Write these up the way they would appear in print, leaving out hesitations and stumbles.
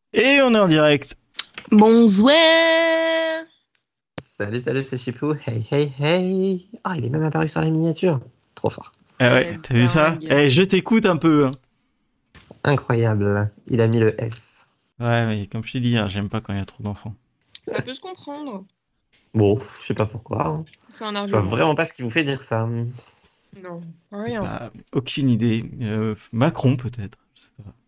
Et on est en direct. Bonsoir. Salut, salut, c'est Chipou. Hey, hey, hey. Ah, il est même apparu sur la miniature. Trop fort. Ah ouais, t'as vu ça? Je t'écoute un peu. Incroyable. Il a mis le S. Ouais, mais comme je t'ai dit, j'aime pas quand il y a trop d'enfants. Ça peut se comprendre. Bon, je sais pas pourquoi. Hein. C'est un Je vois argument. vraiment pas ce qui vous fait dire ça. Non, rien. Bah, aucune idée. Macron peut-être. Je sais pas.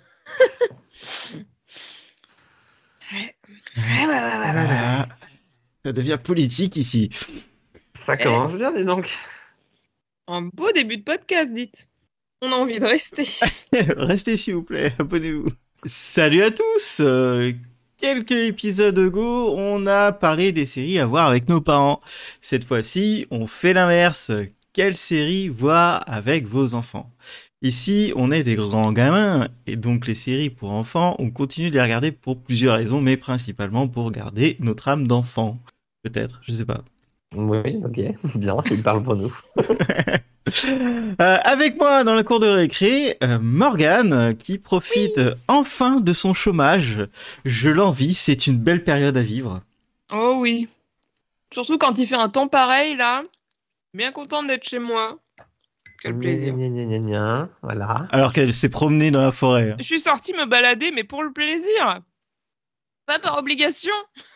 Ah, ça devient politique ici. Ça commence bien, dis donc. Un beau début de podcast, dites. On a envie de rester. Restez s'il vous plaît, abonnez-vous. Salut à tous. Quelques épisodes ago, on a parlé des séries à voir avec nos parents. Cette fois-ci, on fait l'inverse. Quelle série voir avec vos enfants? Ici, on est des grands gamins, et donc les séries pour enfants, on continue de les regarder pour plusieurs raisons, mais principalement pour garder notre âme d'enfant. Peut-être, je sais pas. Oui, ok. Bien, il parle pour nous. Avec moi dans la cour de récré, Morgane, qui profite enfin de son chômage. Je l'envie, c'est une belle période à vivre. Oh oui. Surtout quand il fait un temps pareil, là. Bien contente d'être chez moi. Quel plaisir. Voilà. Alors qu'elle s'est promenée dans la forêt. Je suis sortie me balader, mais pour le plaisir. Pas par obligation.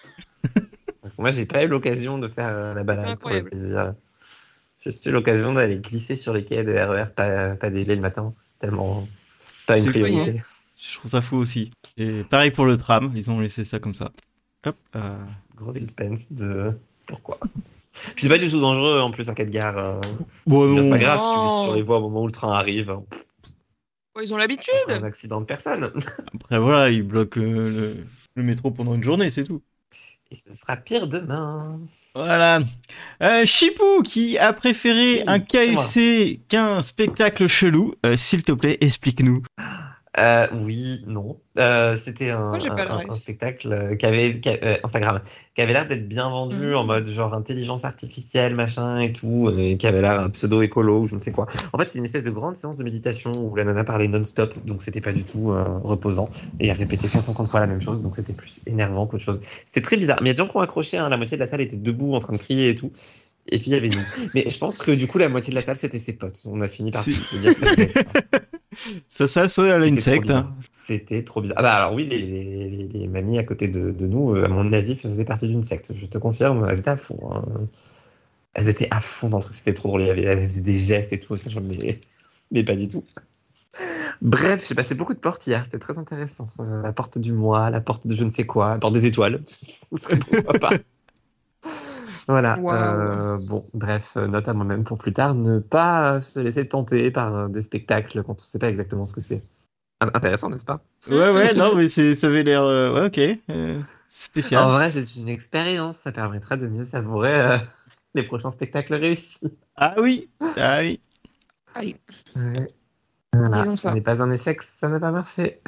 Moi, j'ai pas eu l'occasion de faire la balade pour le plaisir. J'ai juste eu l'occasion d'aller glisser sur les quais de RER, pas dégeler le matin. C'est tellement pas une priorité. Je trouve ça fou aussi. Et pareil pour le tram, ils ont laissé ça comme ça. Hop. Gros suspense de pourquoi. Puis c'est pas du tout dangereux en plus un quai de gare. Bon, c'est pas grave si tu glisses sur les voies au moment où le train arrive. Oh, ils ont l'habitude. Un accident de personne. Après voilà, ils bloquent le métro pendant une journée, c'est tout. Et ce sera pire demain. Voilà. Chipou qui a préféré un KFC qu'un spectacle chelou. S'il te plaît, explique-nous. Oui, non. C'était un spectacle Instagram qui avait l'air d'être bien vendu en mode genre intelligence artificielle, machin et tout, et qui avait l'air pseudo-écolo ou je ne sais quoi. En fait, c'est une espèce de grande séance de méditation où la nana parlait non-stop, donc c'était pas du tout reposant. Et elle répétait 150 fois la même chose, donc c'était plus énervant qu'autre chose. C'était très bizarre. Mais il y a des gens qui ont accroché, hein, la moitié de la salle était debout en train de crier et tout. Et puis il y avait nous. Mais je pense que du coup, la moitié de la salle, c'était ses potes. On a fini par se dire que c'était ça. Ça sonne à une secte. Hein. C'était trop bizarre. Ah bah alors oui, les mamies à côté de nous, à mon avis, faisaient partie d'une secte. Je te confirme, elles étaient à fond. Hein. Elles étaient à fond dans le truc. C'était trop drôle. Elles faisaient des gestes et tout. Mais pas du tout. Bref, j'ai passé beaucoup de portes hier. C'était très intéressant. La porte du mois, la porte de je ne sais quoi, la porte des étoiles. Pourquoi pas. Voilà. Wow. Bon, bref, note à moi-même pour plus tard, ne pas se laisser tenter par des spectacles quand on ne sait pas exactement ce que c'est. Intéressant, n'est-ce pas? Ouais, non, mais ça avait l'air... ouais, ok. Spécial. En vrai, c'est une expérience. Ça permettra de mieux savourer les prochains spectacles réussis. Ah oui. Aïe. Ouais. Voilà, ce n'est pas un échec, ça n'a pas marché.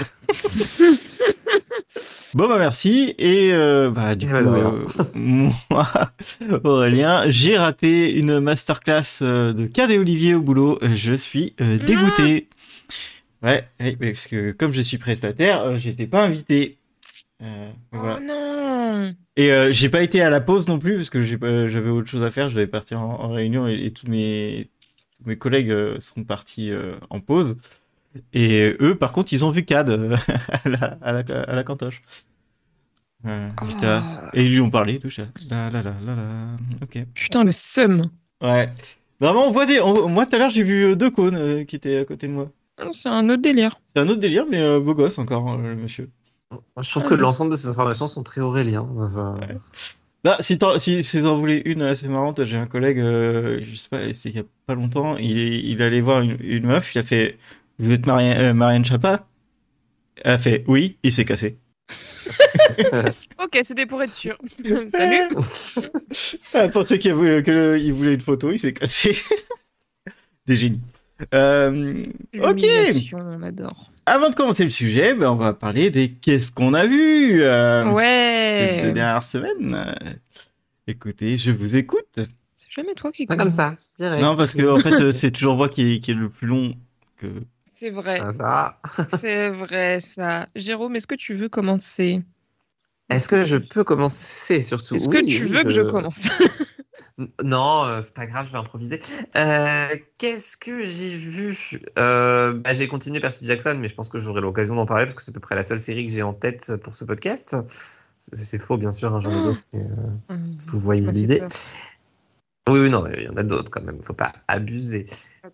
Bon bah merci et du coup moi Aurélien j'ai raté une masterclass de Cad et Olivier au boulot, je suis dégoûté. Ouais, parce que comme je suis prestataire, j'étais pas invité. Voilà. Oh non. Et j'ai pas été à la pause non plus parce que j'avais autre chose à faire, je devais partir en réunion et tous mes collègues sont partis en pause. Et eux, par contre, ils ont vu Cad à la cantoche. J'étais là. Et ils lui ont parlé, tout ça. Là. Ok. Putain, le seum. Ouais. Vraiment, on voit moi, tout à l'heure, j'ai vu deux cônes qui étaient à côté de moi. C'est un autre délire. C'est un autre délire, mais beau gosse encore, le monsieur. Je trouve que l'ensemble de ces informations sont très auréliens. Ouais. Là, si t'en voulais une assez marrante, j'ai un collègue, je sais pas, c'est il y a pas longtemps, il allait voir une meuf, il a fait « Vous êtes Marianne Chapa ?» Elle a fait « Oui », il s'est cassé. Ok, c'était pour être sûr. Salut. Elle pensait qu'il voulait une photo, il s'est cassé. Des génies. Ok. On adore. Avant de commencer le sujet, on va parler des qu'est-ce qu'on a vu ouais. ces deux dernières semaines. Écoutez, je vous écoute. C'est jamais toi qui pas comme ça. Non, parce que en fait, c'est toujours moi qui est le plus long que. C'est vrai. Ah, ça. C'est vrai, ça. Jérôme, est-ce que tu veux commencer? Est-ce que je peux commencer surtout? Est-ce que tu veux que je commence? Non, c'est pas grave, je vais improviser. Qu'est-ce que j'ai vu? J'ai continué Percy Jackson, mais je pense que j'aurai l'occasion d'en parler parce que c'est à peu près la seule série que j'ai en tête pour ce podcast. C'est faux, bien sûr, hein, j'en ai d'autres, mais vous voyez l'idée. Oui, non, il y en a d'autres quand même, faut pas abuser.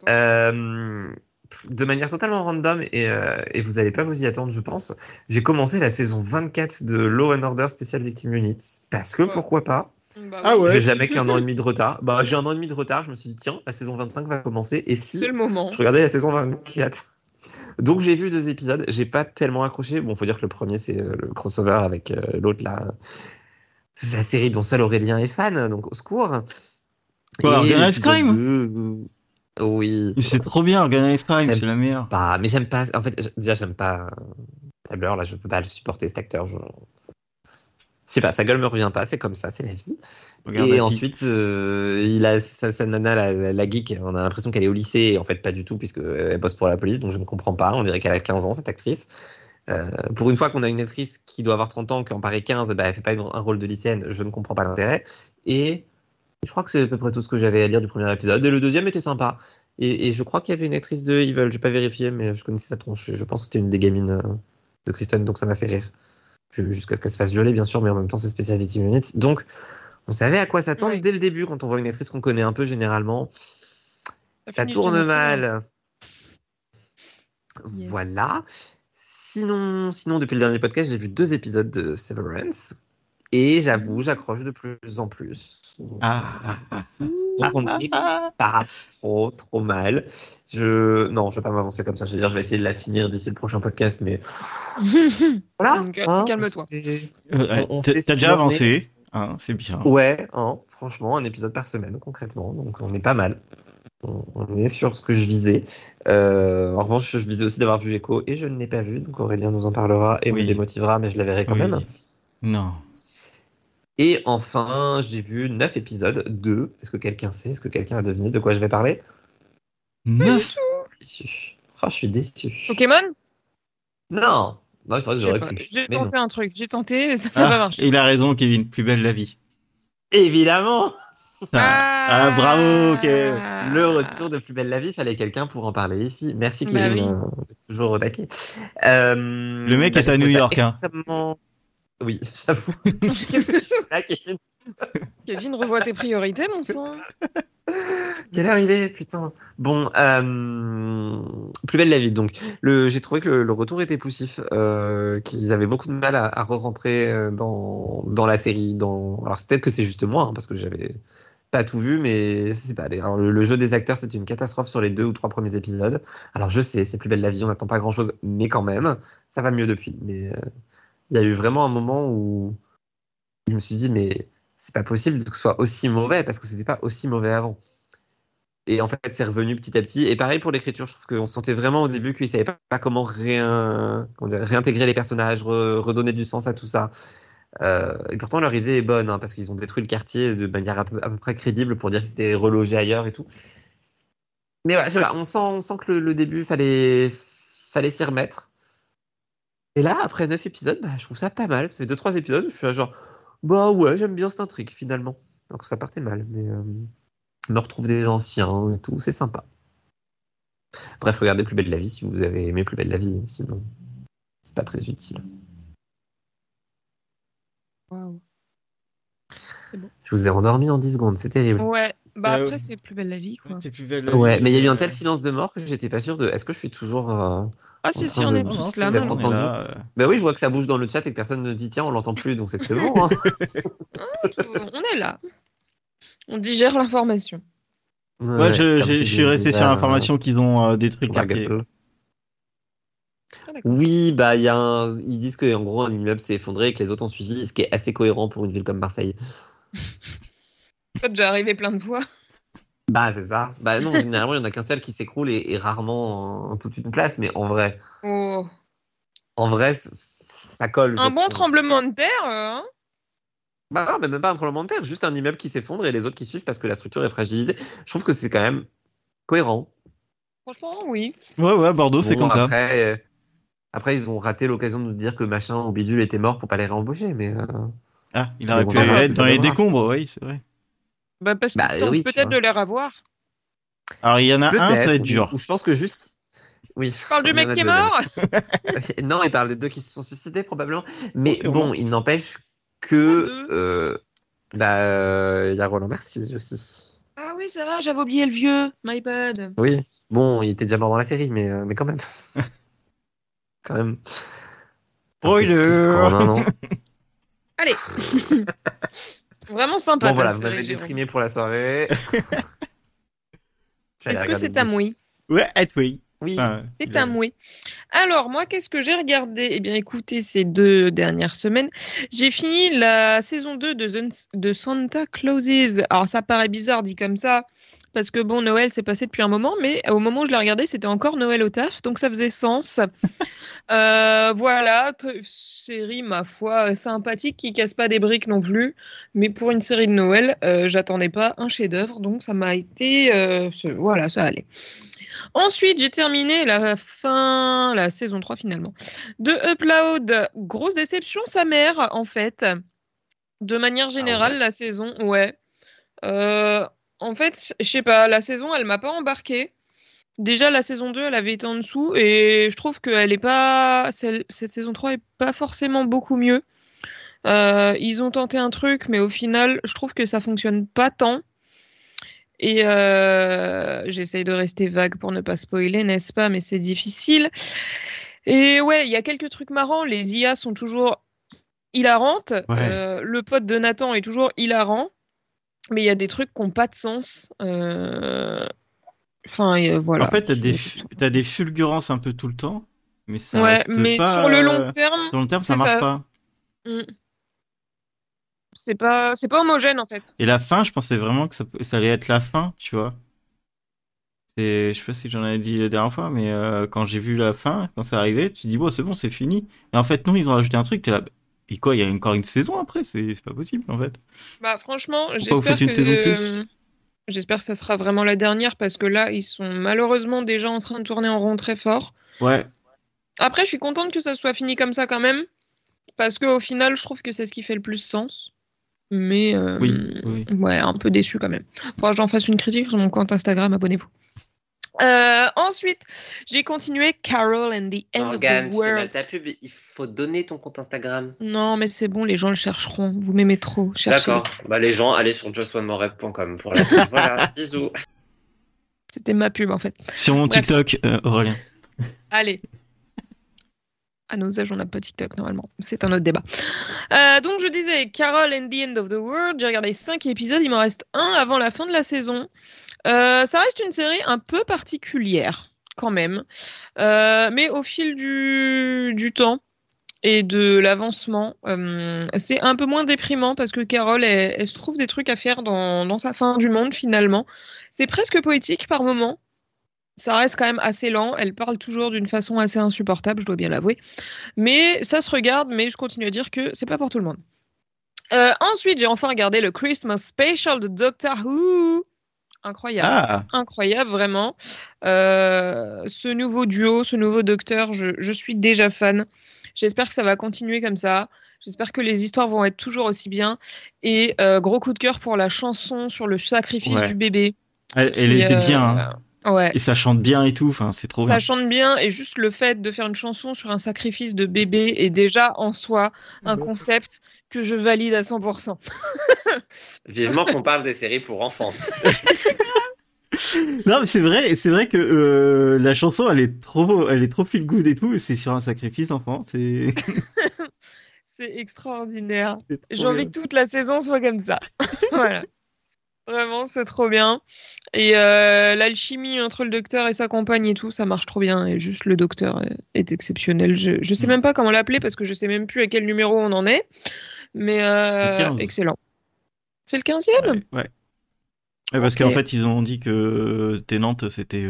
De manière totalement random, et vous n'allez pas vous y attendre, je pense, j'ai commencé la saison 24 de Law and Order Special Victim Unit, parce que pourquoi pas? Ah ouais. J'ai jamais qu'un an et demi de retard. J'ai un an et demi de retard, je me suis dit, tiens, la saison 25 va commencer, et si C'est le moment. je regardais la saison 24? Donc j'ai vu 2 épisodes, j'ai pas tellement accroché. Bon, faut dire que le premier, c'est le crossover avec l'autre, là. C'est la série dont seul Aurélien est fan, donc au secours. Quoi, Organized Crime? 2, oui. C'est trop bien, Organized Crime, J'aime c'est la meilleure. mais j'aime pas. En fait, déjà, j'aime pas Taylor, là, je peux pas le supporter, cet acteur. Je sais pas, sa gueule me revient pas, c'est comme ça, c'est la vie. Regarde et la ensuite, il a sa nana, la geek, on a l'impression qu'elle est au lycée, et en fait, pas du tout, puisqu'elle bosse pour la police, donc je ne comprends pas. On dirait qu'elle a 15 ans, cette actrice. Pour une fois qu'on a une actrice qui doit avoir 30 ans, qui en paraît 15, elle fait pas un rôle de lycéenne, je ne comprends pas l'intérêt. Et je crois que c'est à peu près tout ce que j'avais à dire du premier épisode. Et le deuxième était sympa. Et je crois qu'il y avait une actrice de Evil, j'ai pas vérifié, mais je connaissais sa tronche. Je pense que c'était une des gamines de Kristen, donc ça m'a fait rire. Jusqu'à ce qu'elle se fasse violer, bien sûr, mais en même temps, c'est Special Victim Unit. Donc, on savait à quoi s'attendre dès le début, quand on voit une actrice qu'on connaît un peu, généralement. Ça tourne mal. Yes. Voilà. Sinon, depuis le dernier podcast, j'ai vu 2 épisodes de Severance. Et j'avoue, j'accroche de plus en plus. Donc on n'est pas trop mal. Non, je vais pas m'avancer comme ça. Je vais essayer de la finir d'ici le prochain podcast, mais voilà. Calme-toi. T'as déjà avancé, hein, c'est bien. Ouais, franchement, un épisode par semaine concrètement, donc on est pas mal. On est sur ce que je visais. En revanche, je visais aussi d'avoir vu Echo et je ne l'ai pas vu, donc Aurélien nous en parlera et me démotivera, mais je la verrai quand même. Non. Et enfin, j'ai vu 9 épisodes de... Est-ce que quelqu'un sait? Est-ce que quelqu'un a deviné de quoi je vais parler? 9? Déçu. Je suis déçu. Pokémon? Non, c'est vrai que j'aurais pu. J'ai tenté un truc, ça n'a pas marché. Il a raison, Kevin, plus belle la vie. Évidemment. Bravo, Kevin. Le retour de Plus belle la vie, fallait quelqu'un pour en parler ici. Merci, Kevin. Toujours au taquet. Le mec est à New York. Extrêmement... Oui, j'avoue. Qu'est-ce que tu fais là, Kevin? Kevin, revois tes priorités, mon sang. Quelle heure il est, putain. Bon, Plus belle la vie. Donc, j'ai trouvé que le retour était poussif, qu'ils avaient beaucoup de mal à re-rentrer dans la série. Alors, c'est peut-être que c'est juste moi, parce que j'avais pas tout vu, mais c'est pas. Alors, le jeu des acteurs, c'était une catastrophe sur les 2 ou 3 premiers épisodes. Alors, je sais, c'est Plus belle la vie, on n'attend pas grand-chose, mais quand même, ça va mieux depuis. Mais il y a eu vraiment un moment où je me suis dit, mais c'est pas possible que ce soit aussi mauvais, parce que c'était pas aussi mauvais avant. Et en fait, c'est revenu petit à petit. Et pareil pour l'écriture, je trouve qu'on sentait vraiment au début qu'ils savaient pas comment réintégrer les personnages, redonner du sens à tout ça. Et pourtant, leur idée est bonne, parce qu'ils ont détruit le quartier de manière à peu près crédible pour dire qu'ils étaient relogés ailleurs et tout. Mais ouais, je sais pas, on sent que le début, fallait s'y remettre. Et là, après 9 épisodes, je trouve ça pas mal. Ça fait 2-3 épisodes où je suis là genre, ouais, j'aime bien cette intrigue finalement. Alors que ça partait mal, mais me retrouve des anciens et tout, c'est sympa. Bref, regardez Plus belle la vie si vous avez aimé Plus belle la vie, sinon c'est pas très utile. Wow. C'est bon. Je vous ai endormi en 10 secondes, c'est terrible. Ouais, après c'est Plus belle la vie, quoi. C'est Plus belle la vie. Ouais, mais il y a eu un tel silence de mort que j'étais pas sûr de... Est-ce que je suis toujours... si, on est tous là. Bah oui, je vois que ça bouge dans le chat et que personne ne dit tiens, on l'entend plus, donc c'est que c'est bon. On est là. On digère l'information. Ouais, je suis resté sur l'information qu'ils ont détruit le quartier. Oui, ils disent qu'en gros un immeuble s'est effondré et que les autres ont suivi, ce qui est assez cohérent pour une ville comme Marseille. C'est déjà arrivé plein de fois. C'est ça. Non, généralement, il n'y en a qu'un seul qui s'écroule et rarement toute une place, mais en vrai. En vrai, ça colle. Un bon tremblement de terre, non, mais même pas un tremblement de terre, juste un immeuble qui s'effondre et les autres qui suivent parce que la structure est fragilisée. Je trouve que c'est quand même cohérent. Franchement, oui. Ouais, Bordeaux, c'est Bon, comme ça. après, ils ont raté l'occasion de nous dire que machin ou bidule était mort pour pas les réembaucher, mais Ah, il mais aurait on pu verra ce être que dans ça les donnera. décombres, oui, c'est vrai. Bah, parce Bah qu'ils tentent oui, tu peut-être vois. de les revoir. Alors, il y en a un, ça va Peut-être, être dur. ou je pense que juste. Oui, Tu parles du il y mec en a qui est deux même. mort? Non, il parle des deux qui se sont suicidés probablement. Oh, Mais sûrement. bon, il n'empêche Ah, que deux. il y a Roland Merci aussi. Ah oui, c'est vrai, j'avais oublié le vieux. My bad. Oui, bon, il était déjà mort dans la série, mais quand même. Quand même. Putain, c'est triste quoi, Spoiler. en un an. Allez. Vraiment sympa Bon ta voilà, vous série, m'avez Jérôme. déprimé pour la soirée. Je vais aller Est-ce que regarder c'est un Glee. oui? Ouais, oui. Oui. Enfin, C'est un oui. Alors, moi, qu'est-ce que j'ai regardé? Eh bien, écoutez, ces 2 dernières semaines, j'ai fini la saison 2 de Santa Clauses. Alors, ça paraît bizarre dit comme ça, parce que bon, Noël s'est passé depuis un moment, mais au moment où je l'ai regardé, c'était encore Noël au taf, donc ça faisait sens. Voilà, série, ma foi, sympathique, qui casse pas des briques non plus, mais pour une série de Noël, j'attendais pas un chef-d'œuvre, donc ça m'a été... voilà, ça allait. Ensuite, j'ai terminé la saison 3 finalement, de Upload. Grosse déception, sa mère, en fait. De manière générale, ouais. la saison, ouais. En fait, je sais pas, la saison, elle m'a pas embarquée. Déjà, la saison 2, elle avait été en dessous, et je trouve que cette saison 3 est pas forcément beaucoup mieux. Ils ont tenté un truc, mais au final, je trouve que ça fonctionne pas tant. Et j'essaye de rester vague pour ne pas spoiler, n'est-ce pas? Mais c'est difficile. Et ouais, il y a quelques trucs marrants. Les IA sont toujours hilarantes. Ouais. Le pote de Nathan est toujours hilarant. Mais il y a des trucs qui n'ont pas de sens. Enfin, En voilà. fait, t'as des fulgurances un peu tout le temps, mais ça Ouais, reste mais pas. sur le long terme, Sur le long terme, ça c'est marche ça. pas. Mm. C'est pas homogène en fait. Et la fin, je pensais vraiment que ça allait être la fin, tu vois. Je sais pas si j'en avais dit la dernière fois, mais quand j'ai vu la fin, quand c'est arrivé, tu te dis, bon, c'est bon, c'est fini. Et en fait, non, ils ont rajouté un truc, t'es là. Et quoi, il y a encore une saison après? C'est pas possible, en fait. Bah franchement, Pourquoi vous faites une saison de plus? j'espère que ça sera vraiment la dernière parce que là, ils sont malheureusement déjà en train de tourner en rond très fort. Ouais, Après, je suis contente que ça soit fini comme ça quand même, parce qu'au final, je trouve que c'est ce qui fait le plus sens. Mais oui. ouais, un peu déçu quand même. Faudra que j'en fasse une critique sur mon compte Instagram, abonnez-vous. Ensuite, j'ai continué Carol and the End Morgane, of the tu fais mal World. ta pub, il faut donner ton compte Instagram. Non, mais c'est bon, les gens le chercheront. Vous m'aimez trop, cherchez. D'accord, bah les gens, allez sur justonemoreRep.com pour la pub. Voilà, bisous. C'était ma pub en fait. Sur mon Bref. TikTok, Aurélien. Allez. À nos âges, on n'a pas TikTok normalement. C'est un autre débat. Donc je disais Carol and the End of the World. J'ai regardé 5 épisodes. Il m'en reste un avant la fin de la saison. Ça reste une série un peu particulière quand même. Mais au fil du temps et de l'avancement, c'est un peu moins déprimant parce que Carol, elle se trouve des trucs à faire dans sa fin du monde finalement. C'est presque poétique par moments. Ça reste quand même assez lent. Elle parle toujours d'une façon assez insupportable, je dois bien l'avouer. Mais ça se regarde, mais je continue à dire que c'est pas pour tout le monde. Ensuite, j'ai enfin regardé le Christmas Special de Doctor Who. Incroyable. Ah, Incroyable, vraiment. Ce nouveau duo, ce nouveau docteur, je suis déjà fan. J'espère que ça va continuer comme ça. J'espère que les histoires vont être toujours aussi bien. Et gros coup de cœur pour la chanson sur le sacrifice Ouais. du bébé. elle était bien, hein. Ouais. Et ça chante bien et tout, enfin, c'est trop Ça bien. chante bien et juste le fait de faire une chanson sur un sacrifice de bébé est déjà en soi un concept que je valide à 100%. Vivement qu'on parle des séries pour enfants. Non, mais c'est vrai que la chanson, elle est trop feel good et tout, et c'est sur un sacrifice, enfant, c'est C'est extraordinaire. c'est trop J'ai envie bien. que toute la saison soit comme ça. Voilà. Vraiment, c'est trop bien. Et l'alchimie entre le docteur et sa compagne et tout, ça marche trop bien. Et juste le docteur est exceptionnel. Je sais même pas comment l'appeler parce que je sais même plus à quel numéro on en est. Mais Le 15. excellent. C'est le 15e? Ouais. Ouais, parce Ok. qu'en fait, ils ont dit que Tennant, c'était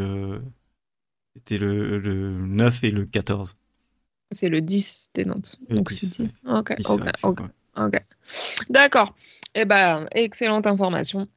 le 9 et le 14. C'est le 10, t'es Nantes. Le Donc 10, c'est 10. ouais. Ok, 10, ok, ouais, ok. ouais. Ok. D'accord. Eh ben, excellente information.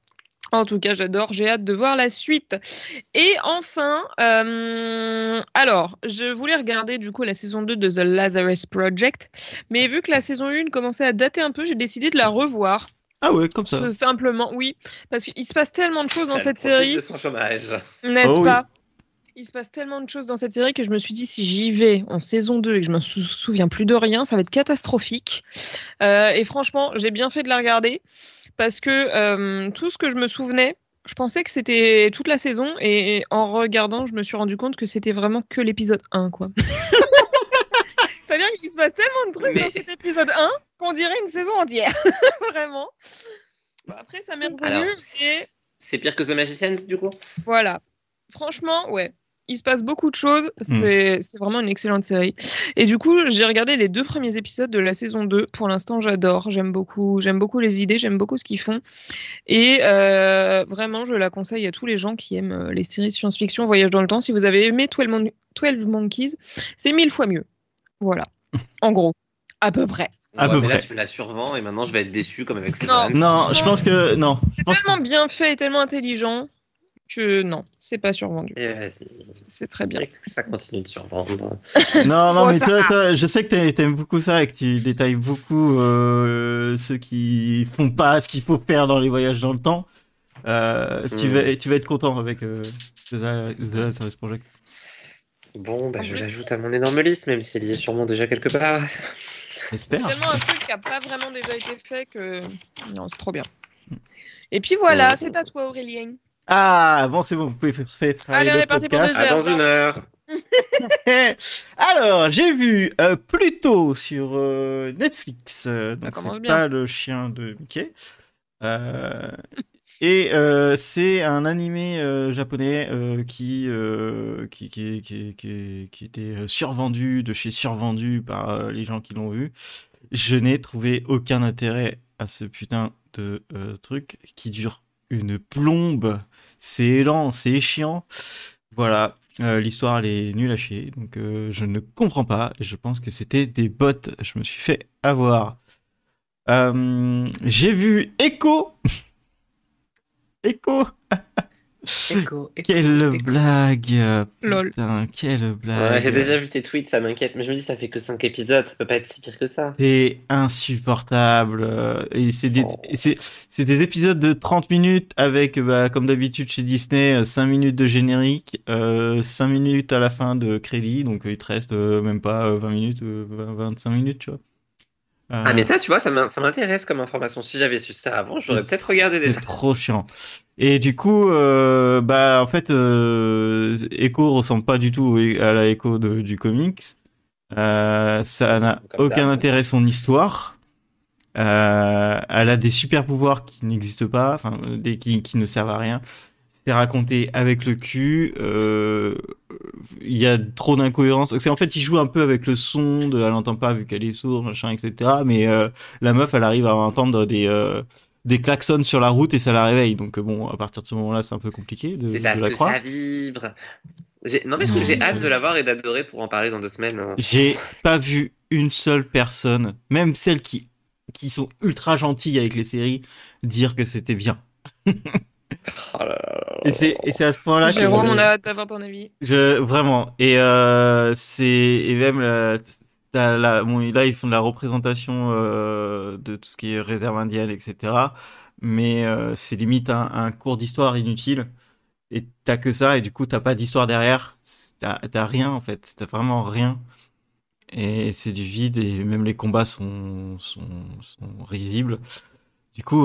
En tout cas, j'adore, j'ai hâte de voir la suite. Et enfin, alors, je voulais regarder du coup la saison 2 de The Lazarus Project, mais vu que la saison 1 commençait à dater un peu, j'ai décidé de la revoir. Ah ouais, comme ça. Tout simplement, oui, parce qu'il se passe tellement de choses dans Elle cette profite série, de son chômage. n'est-ce Oh oui. pas? Il se passe tellement de choses dans cette série que je me suis dit, si j'y vais en saison 2 et que je me souviens plus de rien, ça va être catastrophique. Et franchement, j'ai bien fait de la regarder parce que tout ce que je me souvenais, je pensais que c'était toute la saison et en regardant, je me suis rendu compte que c'était vraiment que l'épisode 1, quoi. C'est-à-dire qu'il se passe tellement de trucs dans cet épisode 1 qu'on dirait une saison entière. Vraiment. Bon, après, ça m'est revenu. Alors, Et c'est pire que The Magicians, du coup? voilà. Franchement, ouais. Il se passe beaucoup de choses. C'est vraiment une excellente série. Et du coup, j'ai regardé les 2 premiers épisodes de la saison 2. Pour l'instant, j'adore. J'aime beaucoup les idées. J'aime beaucoup ce qu'ils font. Et vraiment, je la conseille à tous les gens qui aiment les séries de science-fiction, voyage dans le temps. Si vous avez aimé 12 Monkeys, c'est 1000 fois mieux. Voilà. En gros. À peu près. À peu mais là, près. tu me la survends et maintenant, je vais être déçu comme avec Non. Severance. Non, je pense que non. Je C'est pense tellement bien fait et tellement intelligent que non, c'est pas survendu. Et vas-y. C'est très bien. Et que ça continue de survendre. Non, Bon, mais ça toi, je sais que t'aimes beaucoup ça et que tu détailles beaucoup ceux qui font pas ce qu'il faut faire dans les voyages dans le temps. Tu vas être content avec The Lazarus Project. Bon, bah, En je plus- l'ajoute à mon énorme liste, même si elle y est sûrement déjà quelque part. J'espère. C'est tellement un truc qui a pas vraiment déjà été fait que non, c'est trop bien. Et puis voilà, c'est à toi Aurélien. Ah, bon, c'est bon, vous pouvez faire Allez, on est parti pour podcast. 2 heures. À dans 1 heure. Alors, j'ai vu Pluto sur Netflix. Donc, commence c'est bien. pas le chien de Mickey. Et c'est un animé japonais qui était survendu de chez survendu par les gens qui l'ont vu. Je n'ai trouvé aucun intérêt à ce putain de truc qui dure une plombe. C'est lent, c'est chiant. Voilà, l'histoire elle est nulle à chier, donc je ne comprends pas. Je pense que c'était des bots. Je me suis fait avoir. J'ai vu Echo. Echo. Quelle blague. Lol. Putain, quelle blague. Ouais, j'ai déjà vu tes tweets, ça m'inquiète. Mais je me dis, ça fait que 5 épisodes, ça peut pas être si pire que ça. C'est insupportable. Et c'est des, Oh. c'est des épisodes de 30 minutes avec, comme d'habitude chez Disney, 5 minutes de générique, 5 minutes à la fin de crédit. Donc il te reste même pas 20 minutes, 25 minutes, tu vois. Ah, mais ça, tu vois, ça m'intéresse comme information. Si j'avais su ça avant, j'aurais peut-être regardé déjà. C'est trop chiant. Et du coup, en fait, Echo ressemble pas du tout à la Echo du comics. Ça n'a Comme aucun d'hab. intérêt son histoire. Elle a des super pouvoirs qui n'existent pas, enfin, qui ne servent à rien. C'est raconté avec le cul. Il y a trop d'incohérences. En fait, il joue un peu avec le son. Elle n'entend pas vu qu'elle est sourde, machin, etc. Mais la meuf, elle arrive à entendre des klaxons sur la route et ça la réveille. Donc bon, à partir de ce moment-là, c'est un peu compliqué C'est de parce la que croire. ça vibre. Non, mais j'ai hâte de l'avoir et d'adorer pour en parler dans 2 semaines. Hein. J'ai pas vu une seule personne, même celles qui sont ultra gentilles avec les séries, dire que c'était bien. Oh là là là Et c'est à ce point-là que Jérôme, on a hâte d'avoir ton avis. vraiment. Et même là ils font de la représentation de tout ce qui est réserve indienne, etc. Mais c'est limite un cours d'histoire inutile. Et t'as que ça et du coup t'as pas d'histoire derrière. T'as rien en fait. T'as vraiment rien. Et c'est du vide et même les combats sont risibles. Du coup,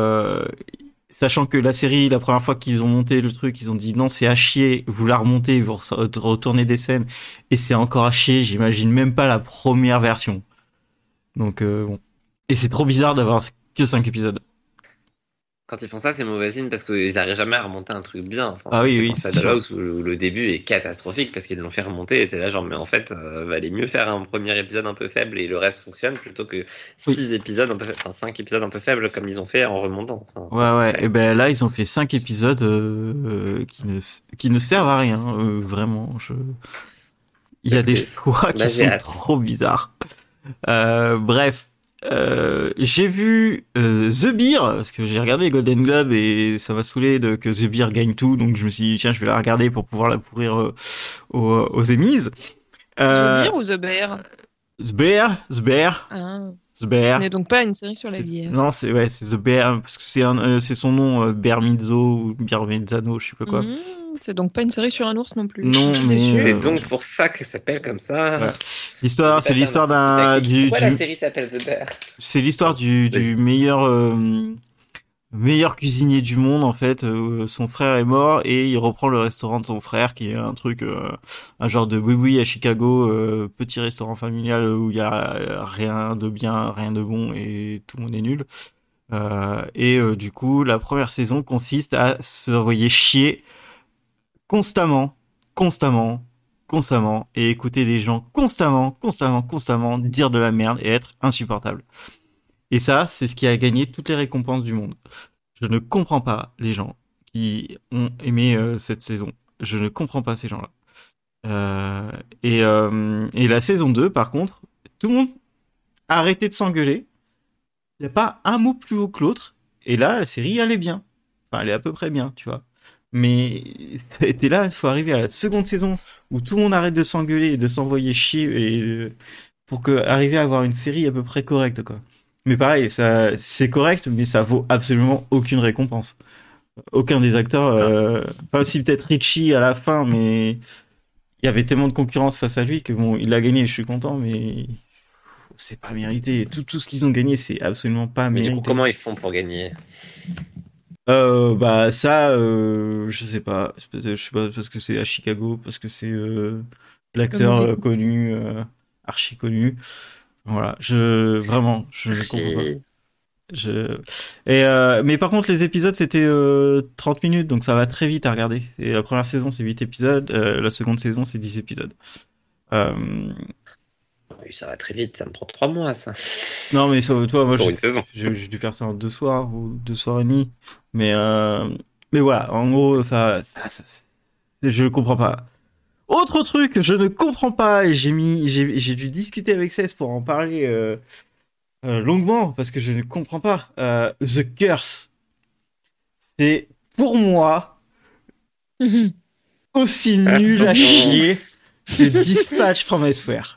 sachant que la série, la première fois qu'ils ont monté le truc, ils ont dit non, c'est à chier, vous la remontez, vous retournez des scènes, et c'est encore à chier, j'imagine même pas la première version. Donc bon. Et c'est trop bizarre d'avoir que 5 épisodes. Quand ils font ça, c'est mauvais signe parce qu'ils n'arrivent jamais à remonter un truc bien. Enfin, Ah oui, ça fait oui, penser à c'est The sûr. House où le début est catastrophique parce qu'ils l'ont fait remonter et t'es là genre, mais en fait, valait mieux faire un premier épisode un peu faible et le reste fonctionne plutôt que 6 épisodes un peu faibles, enfin 5 épisodes un peu faibles comme ils ont fait en remontant. Enfin, Ouais. Et ben là, ils ont fait 5 épisodes qui ne servent à rien, vraiment. Il y a des choix qui Bah, j'ai sont hâte. trop bizarres. Bref. j'ai vu The Bear, parce que j'ai regardé les Golden Globes et ça m'a saoulé que The Bear gagne tout, donc je me suis dit, tiens, je vais la regarder pour pouvoir la pourrir aux Emmys. The Bear ou The Bear? The Bear. Ah. The Bear. Ce n'est donc pas une série sur la bière. Non, c'est The Bear, parce que c'est son nom, Bear Mizzo ou Bear Mezzano, je sais pas quoi. C'est donc pas une série sur un ours non plus. Non, mais c'est donc pour ça qu'elle s'appelle comme ça. Ouais. C'est l'histoire d'un. Pourquoi la série s'appelle The Bear? C'est l'histoire du meilleur cuisinier du monde en fait. Son frère est mort et il reprend le restaurant de son frère, qui est un truc, un genre de oui à Chicago, petit restaurant familial où il y a rien de bien, rien de bon et tout le monde est nul. Du coup, la première saison consiste à se envoyer chier constamment, et écouter les gens constamment dire de la merde et être insupportable. Et ça, c'est ce qui a gagné toutes les récompenses du monde. Je ne comprends pas les gens qui ont aimé cette saison. Je ne comprends pas ces gens-là. Et la saison 2, par contre, tout le monde a arrêté de s'engueuler. Il n'y a pas un mot plus haut que l'autre. Et là, la série, elle est bien. Enfin, elle est à peu près bien, tu vois. Mais t'es là, il faut arriver à la seconde saison où tout le monde arrête de s'engueuler et de s'envoyer chier pour arriver à avoir une série à peu près correcte, quoi. Mais pareil, ça, c'est correct, mais ça vaut absolument aucune récompense. Aucun des acteurs, enfin si peut-être Richie à la fin, mais il y avait tellement de concurrence face à lui que bon, il a gagné, je suis content, mais c'est pas mérité. Tout ce qu'ils ont gagné, c'est absolument pas mérité. Mais du coup, comment ils font pour gagner? Bah ça, je sais pas. Je sais pas, parce que c'est à Chicago, parce que c'est l'acteur connu, archi connu. Voilà, je comprends pas. Mais par contre, les épisodes, c'était 30 minutes, donc ça va très vite à regarder. Et la première saison, c'est 8 épisodes, la seconde saison, c'est 10 épisodes. Oui, ça va très vite, ça me prend 3 mois, ça. Non, mais ça, toi, moi, une saison. J'ai dû faire ça en 2 soirs ou 2 soirs et demi. Mais voilà, en gros, ça je ne comprends pas. Autre truc que je ne comprends pas, et j'ai dû discuter avec Cess pour en parler longuement, parce que je ne comprends pas. The Curse. C'est, pour moi, aussi nul à chier que Dispatch from Elsewhere.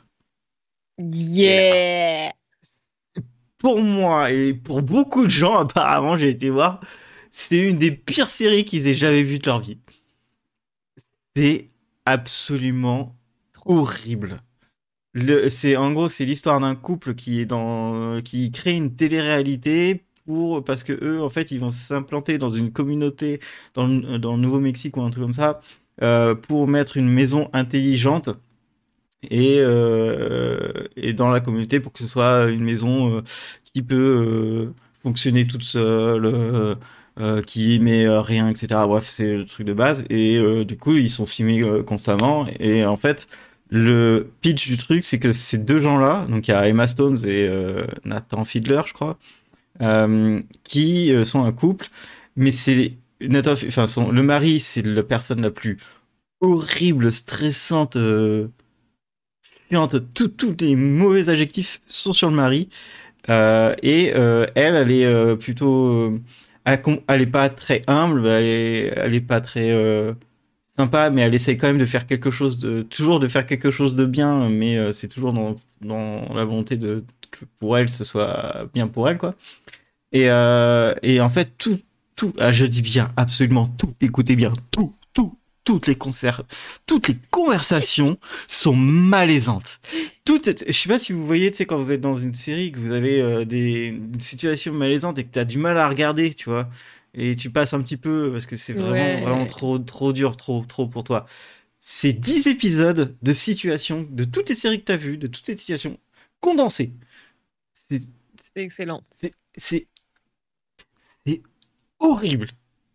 Yeah! Pour moi, et pour beaucoup de gens, apparemment, j'ai été voir, c'est une des pires séries qu'ils aient jamais vues de leur vie. C'est absolument horrible. En gros, c'est l'histoire d'un couple qui crée une télé-réalité parce que eux, en fait, ils vont s'implanter dans une communauté dans le Nouveau-Mexique ou un truc comme ça, pour mettre une maison intelligente et dans la communauté pour que ce soit une maison qui peut fonctionner toute seule, qui émet rien, etc. Bref, c'est le truc de base. Et du coup, ils sont filmés constamment. Et en fait, le pitch du truc, c'est que ces deux gens-là, donc il y a Emma Stone et Nathan Fiedler, je crois, qui sont un couple, mais le mari, c'est la personne la plus horrible, stressante, chiante. Tous les mauvais adjectifs sont sur le mari. Elle est plutôt, elle est pas très humble, elle est pas très sympa, mais elle essaie quand même de faire toujours de faire quelque chose de bien, mais c'est toujours dans la volonté que pour elle, ce soit bien pour elle, quoi. Et en fait, je dis bien absolument tout, écoutez bien, toutes les conversations sont malaisantes. Je sais pas si vous voyez, tu sais, quand vous êtes dans une série, que vous avez une situation malaisante et que t'as du mal à regarder, tu vois, et tu passes un petit peu parce que c'est vraiment trop dur, trop pour toi. C'est 10 épisodes de situations, de toutes les séries que t'as vues, de toutes ces situations condensées. C'est excellent. C'est horrible.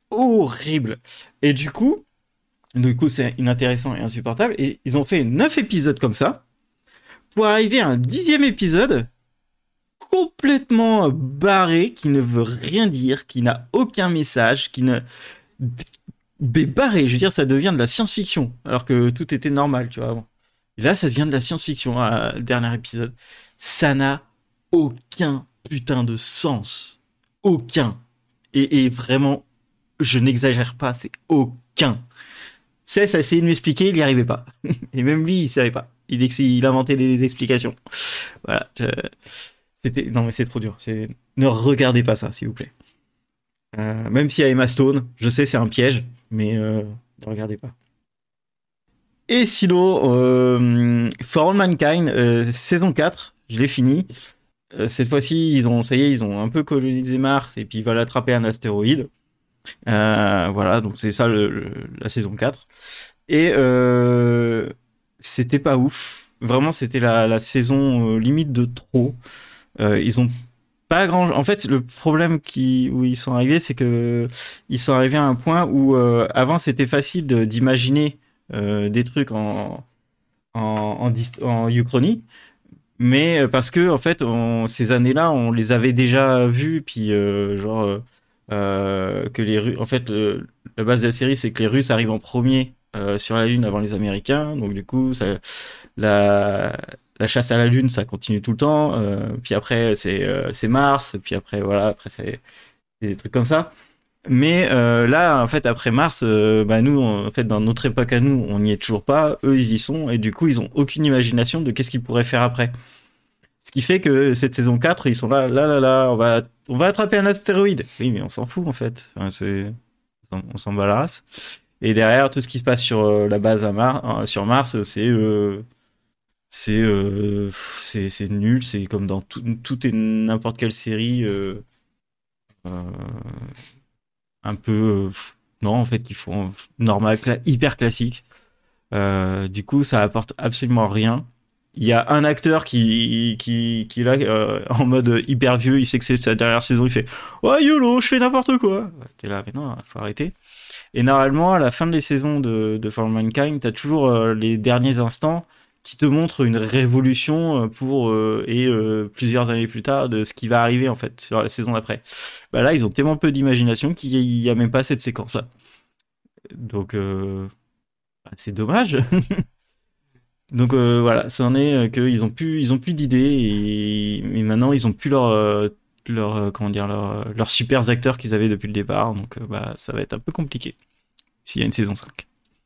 Et du coup, c'est inintéressant et insupportable. Et ils ont fait 9 épisodes comme ça pour arriver à un 10e épisode complètement barré, qui ne veut rien dire, qui n'a aucun message, mais barré. Je veux dire, ça devient de la science-fiction, alors que tout était normal, tu vois, avant. Et là, ça devient de la science-fiction, le dernier épisode. Ça n'a aucun putain de sens. Aucun. Et vraiment, je n'exagère pas, c'est aucun. Cess a essayé de m'expliquer, il n'y arrivait pas. Et même lui, il savait pas. Il inventait des explications. Voilà. Non, mais c'est trop dur. Ne regardez pas ça, s'il vous plaît. Même s'il y a Emma Stone, je sais, c'est un piège, mais ne regardez pas. Et sinon, For All Mankind, saison 4, je l'ai fini. Cette fois-ci, ils ont un peu colonisé Mars et puis ils veulent attraper un astéroïde. Voilà, donc c'est ça la saison 4. Et c'était pas ouf. Vraiment, c'était la saison limite de trop. Ils ont pas grand. En fait, le problème où ils sont arrivés, c'est que ils sont arrivés à un point où avant c'était facile d'imaginer des trucs en Uchronie. Mais parce que en fait, ces années-là, on les avait déjà vus, puis que les Russes, en fait, la base de la série, c'est que les Russes arrivent en premier sur la Lune avant les Américains, donc du coup, la chasse à la Lune, ça continue tout le temps. Puis après, c'est Mars, puis après, voilà, après c'est des trucs comme ça. Mais là, en fait, après Mars, nous, en fait, dans notre époque à nous, on n'y est toujours pas. Eux, ils y sont, et du coup, ils ont aucune imagination de qu'est-ce qu'ils pourraient faire après. Ce qui fait que cette saison 4, ils sont là, on va attraper un astéroïde. Oui, mais on s'en fout, en fait. Enfin, on s'en bat la race. Et derrière, tout ce qui se passe sur la base sur Mars, c'est nul. C'est comme dans tout et n'importe quelle série. Un peu non, en fait, ils font normal, hyper classique. Du coup, ça apporte absolument rien. Il y a un acteur qui est là en mode hyper vieux, il sait que c'est sa dernière saison, il fait "Ouais, YOLO, je fais n'importe quoi." T'es là, mais non, faut arrêter. Et normalement, à la fin des saisons de For All Mankind, t'as toujours les derniers instants qui te montrent une révolution plusieurs années plus tard de ce qui va arriver en fait sur la saison d'après. Bah là, ils ont tellement peu d'imagination qu'il y a même pas cette séquence-là. Donc, c'est dommage. Donc voilà, ça en est qu'ils ont plus d'idées et maintenant ils ont plus leurs super acteurs qu'ils avaient depuis le départ. Donc ça va être un peu compliqué s'il y a une saison 5.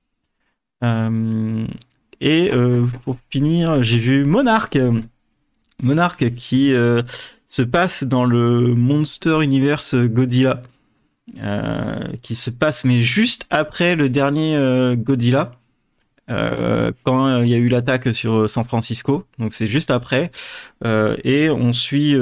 Pour finir, j'ai vu Monarch qui se passe dans le Monster Universe Godzilla, qui se passe mais juste après le dernier Godzilla, quand il y a eu l'attaque sur San Francisco. Donc c'est juste après, et on suit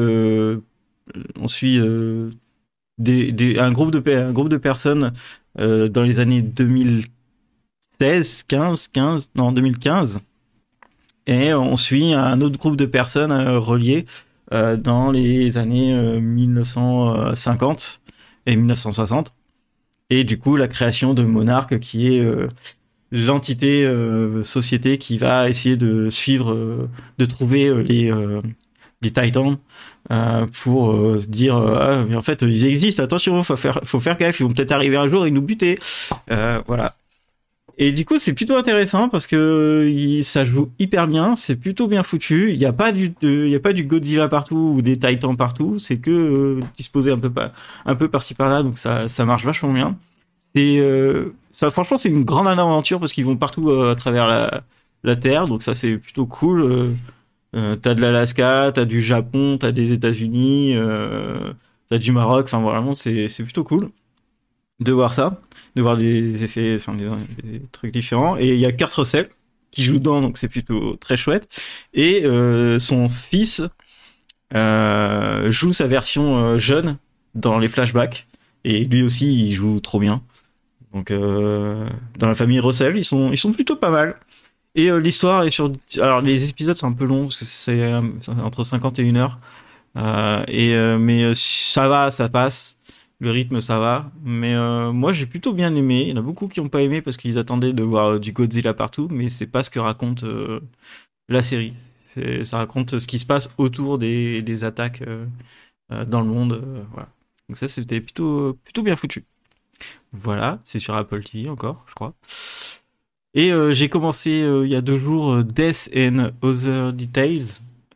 un groupe de personnes dans les années 2016, 2015. Et on suit un autre groupe de personnes reliées dans les années 1950 et 1960. Et du coup, la création de Monarch, qui est l'entité société qui va essayer de suivre, de trouver les Titans pour se dire mais en fait ils existent, attention, faut faire gaffe, ils vont peut-être arriver un jour et nous buter. Voilà. Et du coup, c'est plutôt intéressant parce que ça joue hyper bien, c'est plutôt bien foutu. Il y a pas du Godzilla partout ou des Titans partout, c'est que disposé un peu par-ci par-là, donc ça marche vachement bien. Et ça, franchement, c'est une grande aventure parce qu'ils vont partout à travers la Terre, donc ça c'est plutôt cool. T'as de l'Alaska, t'as du Japon, t'as des États-Unis, t'as du Maroc. Enfin, vraiment, c'est plutôt cool de voir ça, de voir des effets, enfin des trucs différents. Et il y a Kurt Russell qui joue dedans, donc c'est plutôt très chouette. Et son fils joue sa version jeune dans les flashbacks. Et lui aussi, il joue trop bien. Donc dans la famille Russell, ils sont plutôt pas mal. Et l'histoire est sur... Alors les épisodes sont un peu longs parce que c'est entre 50 et 1 heure. Mais ça va, ça passe. Le rythme, ça va. Mais moi, j'ai plutôt bien aimé. Il y en a beaucoup qui n'ont pas aimé parce qu'ils attendaient de voir du Godzilla partout. Mais c'est pas ce que raconte la série. Ça raconte ce qui se passe autour des attaques dans le monde. Voilà. Donc ça, c'était plutôt bien foutu. Voilà, c'est sur Apple TV encore, je crois. Et j'ai commencé il y a 2 jours Death and Other Details,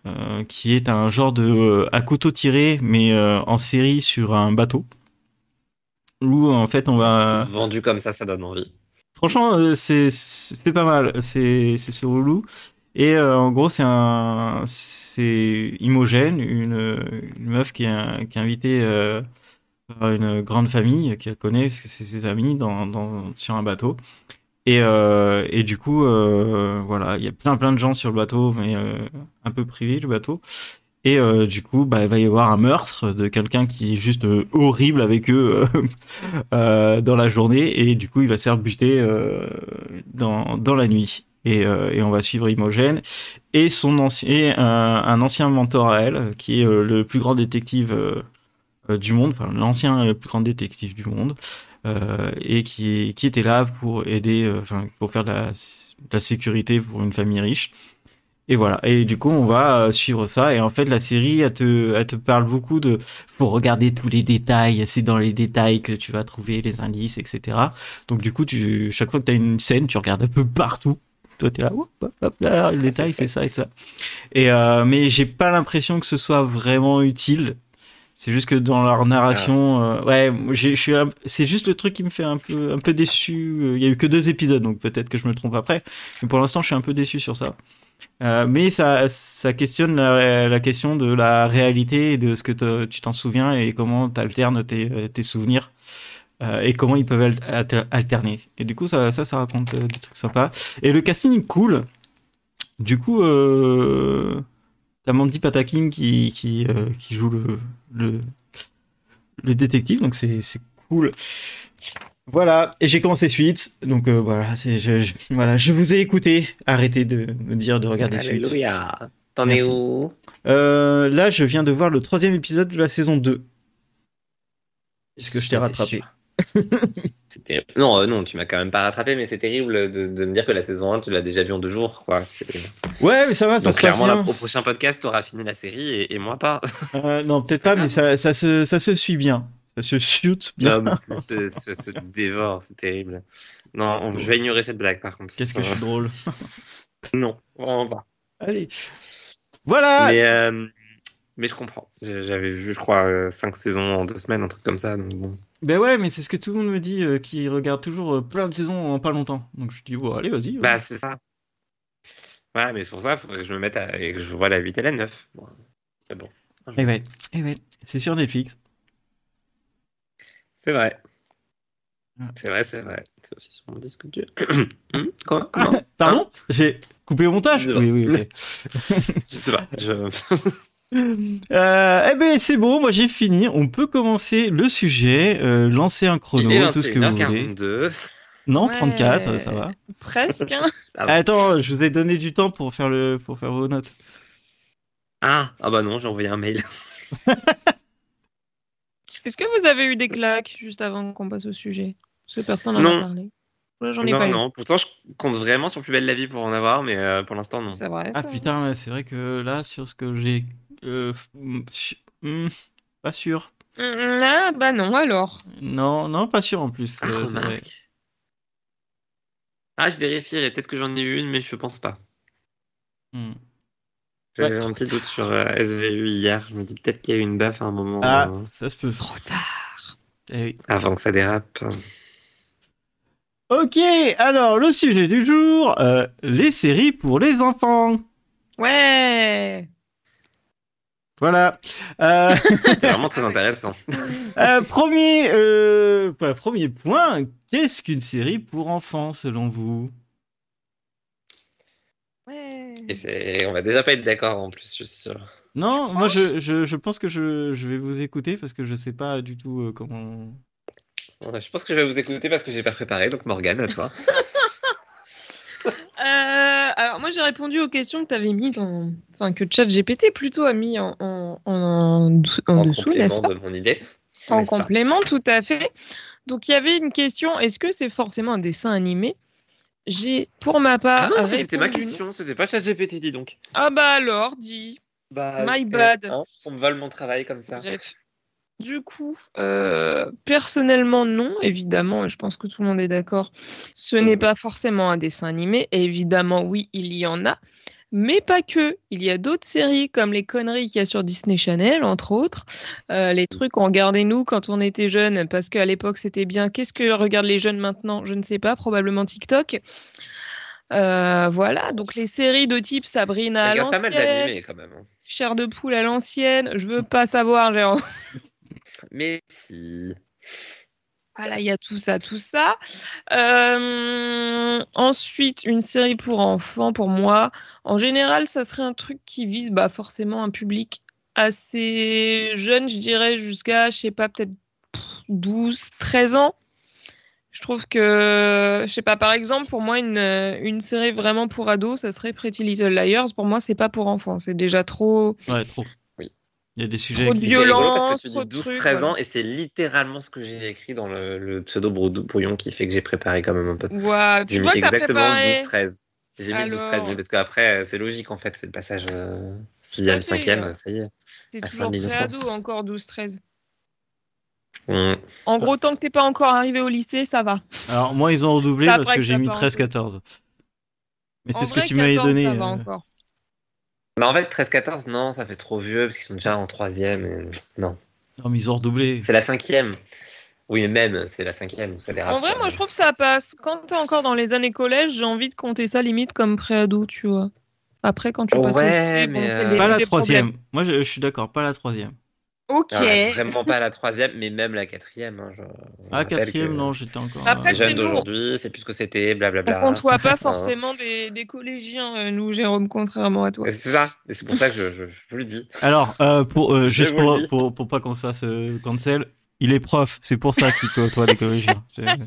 qui est un genre de à couteau tiré, mais en série sur un bateau. Où en fait on va... Vendu comme ça donne envie. Franchement, c'est pas mal. C'est sur Hulu. Et en gros, c'est Imogen, une meuf qui est invitée par une grande famille qu'elle connaît, parce que c'est ses amis, sur un bateau. Et du coup, voilà, il y a plein de gens sur le bateau, mais un peu privé le bateau. Et du coup, bah, il va y avoir un meurtre de quelqu'un qui est juste horrible avec eux dans la journée. Et du coup, il va se faire buter dans la nuit. Et on va suivre Imogen et un ancien mentor à elle, qui est le plus grand détective du monde, enfin l'ancien plus grand détective du monde, et qui était là pour aider, pour faire de la sécurité pour une famille riche. Et voilà. Et du coup, on va suivre ça. Et en fait, la série, elle te parle beaucoup de, faut regarder tous les détails. C'est dans les détails que tu vas trouver les indices, etc. Donc, du coup, chaque fois que tu as une scène, tu regardes un peu partout. Toi, t'es là, hop, hop, hop, là, le détail, c'est ça et ça. Et, mais j'ai pas l'impression que ce soit vraiment utile. C'est juste que dans leur narration, ouais, c'est juste le truc qui me fait un peu déçu. Il y a eu que 2 épisodes, donc peut-être que je me trompe après. Mais pour l'instant, je suis un peu déçu sur ça. Mais ça questionne la question de la réalité et de ce que tu t'en souviens et comment t'alternes tes souvenirs et comment ils peuvent alterner. Et du coup, ça raconte des trucs sympas. Et le casting est cool. Du coup, t'as Mandy Patinkin qui joue le détective, donc c'est cool. Voilà, et j'ai commencé Suits, donc voilà, je vous ai écouté. Arrêtez de me dire de regarder Suits. Alléluia. T'en es où? Là, je viens de voir le 3e épisode de la saison 2. Est-ce que je t'ai rattrapé? Non, tu m'as quand même pas rattrapé, mais c'est terrible de me dire que la saison 1, tu l'as déjà vue en 2 jours, quoi. Ouais, mais ça va, ça se passe bien. Au prochain podcast, t'auras fini la série et moi pas. Non, peut-être pas, mais ça se suit bien. Ça se shoot bien. Non, ça se dévore, c'est terrible. Non, je vais ignorer cette blague, par contre. Qu'est-ce que je suis drôle. Non, vraiment pas. Allez. Voilà. Mais je comprends. J'avais vu, je crois, 5 saisons en 2 semaines, un truc comme ça. Donc bon. Ben ouais, mais c'est ce que tout le monde me dit, qui regarde toujours plein de saisons en pas longtemps. Donc je dis, oh, allez, vas-y. Bah, c'est ça. Ouais, mais pour ça, il faudrait que je me mette et que je vois la 8 et la 9. Bon. C'est bon. Eh ouais, c'est sur Netflix. C'est vrai. C'est vrai. C'est aussi sur mon disque dur. Comment Pardon? J'ai coupé au montage? Oui, ok. Je sais pas. Eh ben c'est bon, moi j'ai fini. On peut commencer le sujet, lancer un chrono, tout ce que vous voulez. 42. Non, Ouais. 34, ça va. Presque. Hein. Attends, je vous ai donné du temps pour faire vos notes. Ah bah non, j'ai envoyé un mail. Est-ce que vous avez eu des claques juste avant qu'on passe au sujet? Parce que personne n'en a parlé. Ouais, j'en ai pas eu. Non. Pourtant, je compte vraiment sur Plus belle la vie pour en avoir, mais pour l'instant, non. C'est vrai. Ah putain, c'est vrai que là, sur ce que j'ai... pas sûr. Ah bah non, alors. Non, pas sûr en plus. c'est vrai. Ah, je vérifierai. Peut-être que j'en ai eu une, mais je pense pas. J'avais un petit doute sur SVU hier. Je me dis peut-être qu'il y a eu une baffe à un moment. Ah, ça se peut. Trop tard. Oui. Avant que ça dérape. Ok, alors le sujet du jour, les séries pour les enfants. Ouais. Voilà. C'est vraiment très intéressant. Premier point, qu'est-ce qu'une série pour enfants selon vous? Ouais. Et on va déjà pas être d'accord en plus, je suis sûr. Non, moi je pense que je vais vous écouter parce que je sais pas du tout comment... Je pense que je vais vous écouter parce que j'ai pas préparé, donc Morgane, à toi. Alors moi j'ai répondu aux questions que tu avais mis que ChatGPT plutôt a mis en dessous, n'est-ce pas? De mon idée. En complément, tout à fait. Donc il y avait une question, est-ce que c'est forcément un dessin animé? J'ai pour ma part... Ah non, c'était ma question, c'était pas ChatGPT, dis donc. Ah bah alors, dis. My bad. On me vole mon travail comme ça. Bref. Du coup, personnellement, non, évidemment, et je pense que tout le monde est d'accord, ce n'est pas forcément un dessin animé, et évidemment, oui, il y en a, Mais pas que. Il y a d'autres séries comme les conneries qu'il y a sur Disney Channel, entre autres. Les trucs qu'on regardait nous quand on était jeunes, parce qu'à l'époque c'était bien. Qu'est-ce que regardent les jeunes maintenant? Je ne sais pas, probablement TikTok. Voilà, donc les séries de type Sabrina à Il y a pas mal l'ancienne, d'animés quand même. Chair de poule à l'ancienne, je veux pas savoir, genre. Mais si. Voilà, il y a tout ça, tout ça. Ensuite, une série pour enfants, pour moi, en général, ça serait un truc qui vise forcément un public assez jeune, je dirais, jusqu'à, je sais pas, peut-être 12, 13 ans. Je trouve que, je sais pas, par exemple, pour moi, une série vraiment pour ados, ça serait Pretty Little Liars. Pour moi, c'est pas pour enfants, c'est déjà trop. Ouais, trop. Oui. Il y a des sujets Trop de qui... C'est rigolo parce violence, que tu trop dis de trucs, 12-13 ans voilà. et c'est littéralement ce que j'ai écrit dans le pseudo brouillon qui fait que j'ai préparé quand même un peu. Ouais, J'ai tu mis vois que t'as exactement préparé. 12-13. J'ai mis 12-13 Alors, parce qu'après, c'est logique en fait, c'est le passage tout 6e, à fait. 5e, ça y est, T'es la fin toujours de pré-ado, l'innocence. encore 12-13. Mm. En gros, tant que t'es pas encore arrivé au lycée, ça va. Alors, moi, ils ont redoublé C'est parce après que que j'ai ça mis part un peu. 13-14. Mais En c'est ce que vrai, tu m'avais 14, donné. ça va encore. Bah en fait, 13-14, non, ça fait trop vieux parce qu'ils sont déjà en 3e. Non, Non, mais ils ont redoublé. c'est la 5e. Oui, mais même, c'est la 5e où ça dérape. En vrai, Quoi. moi, je trouve que ça passe. Quand t'es encore dans les années collège, j'ai envie de compter ça limite comme pré-ado, tu vois. Après, quand tu passes au Ouais, lycée, mais bon, c'est le Pas début la des problèmes. 3e. Moi, je suis d'accord, pas la 3e. Ok. alors là, vraiment pas la 3e, mais même la 4e. Hein, je Ah, rappelle 4e, que non, j'étais encore... Après, les c'est jeunes nous. d'aujourd'hui, c'est plus ce que c'était, On blablabla. côtoie pas Hein. forcément des collégiens, nous, Jérôme, contrairement à toi. Et c'est ça, et c'est pour ça que je vous le dis. Alors, Je juste vous le dis. pour pas qu'on se fasse cancel, il est prof, c'est pour ça qu'il côtoie les collégiens.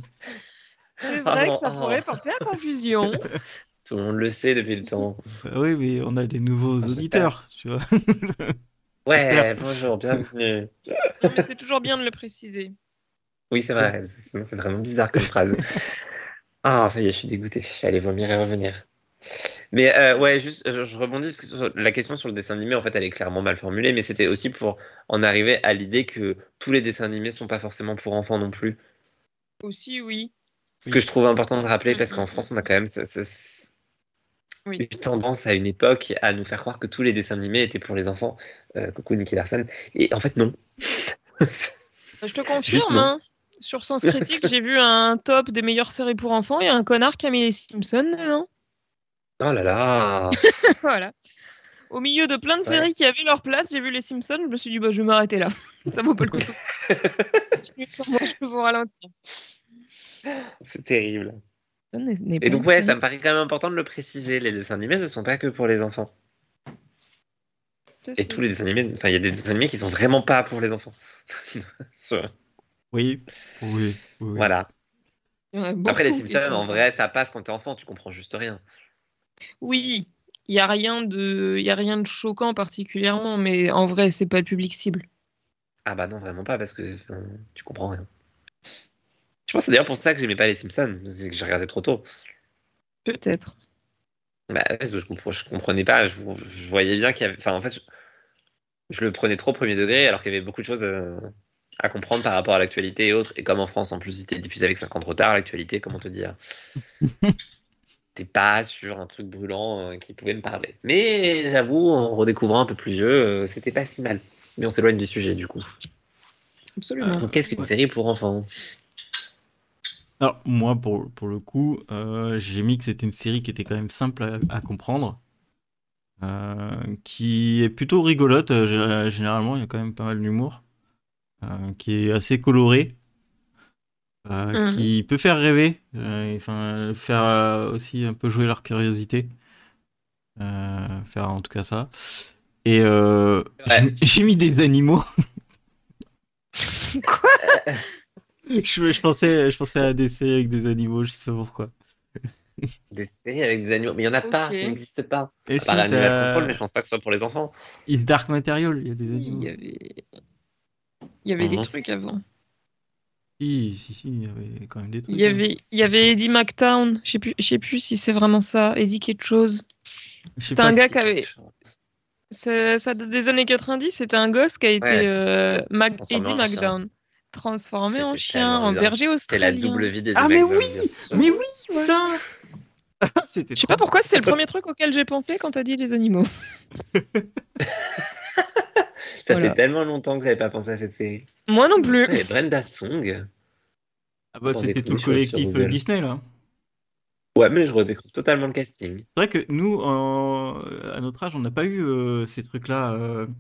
C'est Ah vrai que non, ça pourrait porter à confusion. tout le monde le sait depuis le temps. Oui, mais on a des nouveaux J'espère. auditeurs, tu vois. Ouais, bonjour, bienvenue. Non, mais c'est toujours bien de le préciser. Oui, c'est vrai, sinon c'est vraiment bizarre comme phrase. Ah, ça y est, je suis dégoûté. Je suis allé vomir et revenir. Mais ouais, juste, je rebondis parce que la question sur le dessin animé, en fait, elle est clairement mal formulée, mais c'était aussi pour en arriver à l'idée que tous les dessins animés sont pas forcément pour enfants non plus. Aussi, oui. Ce que je trouve important de rappeler, parce Mm, qu'en mm, France, on a quand même Oui. eu tendance à une époque à nous faire croire que tous les dessins animés étaient pour les enfants. Coucou Nicky Larson. Et en fait, non. Je te Juste confirme, non. hein. Sur Sens Critique, j'ai vu un top des meilleures séries pour enfants et un connard qui a mis les Simpsons dedans. Oh là là. Voilà. Au milieu de plein de Ouais. séries qui avaient leur place, j'ai vu les Simpsons, je me suis dit, je vais m'arrêter là. Ça vaut pas le coup. Continuez sans moi, je peux vous ralentir. C'est terrible. Ça n'est Et pas donc, ouais, une ça me paraît quand même important de le préciser. Les dessins animés ne sont pas que pour les enfants. série. Et tous les dessins animés, enfin, il y a des dessins animés qui sont vraiment pas pour les enfants. Oui, oui. Voilà. Il y en a Après, les beaucoup qui Simpsons, sont en pas. vrai, ça passe quand t'es enfant, tu comprends juste rien. Oui, il y a rien de choquant particulièrement, mais en vrai, c'est pas le public cible. Ah bah non, vraiment pas, parce que tu comprends rien. Je pense que c'est d'ailleurs pour ça que j'aimais pas les Simpsons, c'est que j'ai regardé trop tôt. Peut-être. Bah, je comprenais pas, je voyais bien qu'il y avait. Enfin, en fait, je le prenais trop premier degré, alors qu'il y avait beaucoup de choses à comprendre par rapport à l'actualité et autres. Et comme en France, en plus, c'était diffusé avec 5 ans de retard, l'actualité, comment te dire t'es pas sur un truc brûlant qui pouvait me parler. Mais j'avoue, en redécouvrant un peu plus vieux, c'était pas si mal. Mais on s'éloigne du sujet, du coup. Absolument. Donc, qu'est-ce qu'une Ouais. série pour enfants? Alors, moi, pour le coup, j'ai mis que c'était une série qui était quand même simple à comprendre, qui est plutôt rigolote, généralement, il y a quand même pas mal d'humour, qui est assez colorée, qui peut faire rêver, enfin, faire aussi un peu jouer leur curiosité, faire en tout cas ça. Et Ouais. j'ai mis des animaux. Quoi? Je pensais à des séries avec des animaux, je sais pas pourquoi. Des séries avec des animaux. Mais il y en a pas, Ok. ça n'existe pas. Et À si, part l'Animal t'as Control, mais je pense pas que ce soit pour les enfants. Is Dark Material, il y a des Si, animaux. il y avait des Mhm. trucs avant. Si, il y avait quand même des trucs. Il y avait Eddie McTown. Je sais plus si c'est vraiment ça. Eddie quelque chose. Je sais C'était pas. un gars qui avait. Ça date des années 90. C'était un gosse qui a été Transformé Eddie en chien. McDown. Transformé en C'était chien, tellement en bizarre. berger C'était la australien. double vie des Ah, mais McDonald's, oui bien sûr. Mais oui, putain C'était Je sais trop pas pourquoi c'est le premier truc auquel j'ai pensé quand t'as dit les animaux. Ça Voilà. fait tellement longtemps que j'avais pas pensé à cette série. Moi non plus. Et Brenda Song. Ah bah, Attendez, c'était tout le je vais sur collectif Google. Disney, là. Ouais, mais je redécouvre totalement le casting. C'est vrai que nous, à notre âge, on n'a pas eu ces trucs-là.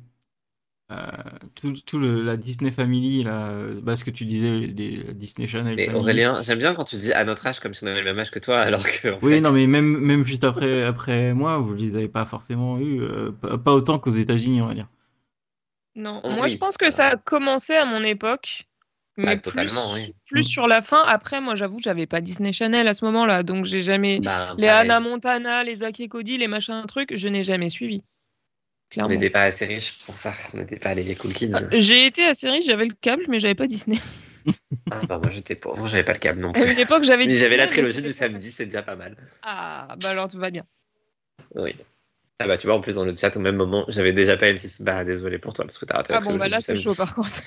La Disney Family, là, bah, ce que tu disais, les Disney Channel Mais Family. Aurélien, j'aime bien quand tu dis à notre âge comme si on avait le même âge que toi, alors que en Oui, fait, non, mais même juste après moi, vous les avez pas forcément eu, pas autant qu'aux États-Unis, on va dire. Non, Oh, moi je oui. pense que ça a commencé à mon époque, mais totalement, oui. plus sur la fin. Après, moi j'avoue, j'avais pas Disney Channel à ce moment-là, donc j'ai jamais les pareil. Hannah Montana, les Zack et Cody, les machins trucs, je n'ai jamais suivi. On Clairement. n'était pas assez riches pour ça. On n'était pas les cool kids. J'ai été assez riche, j'avais le câble, mais j'avais pas Disney. Ah bah moi j'étais pauvre, j'avais pas le câble non À plus. une époque, j'avais Mais Disney. j'avais la mais trilogie c'était du pas- samedi, c'est déjà pas mal. Ah, bah alors tout va bien. Oui. Ah bah tu vois, en plus dans le chat au même moment, j'avais déjà pas M6. Bah désolé pour toi parce que t'as raté la Ah bon, bah trilogie là du c'est samedi. chaud par contre.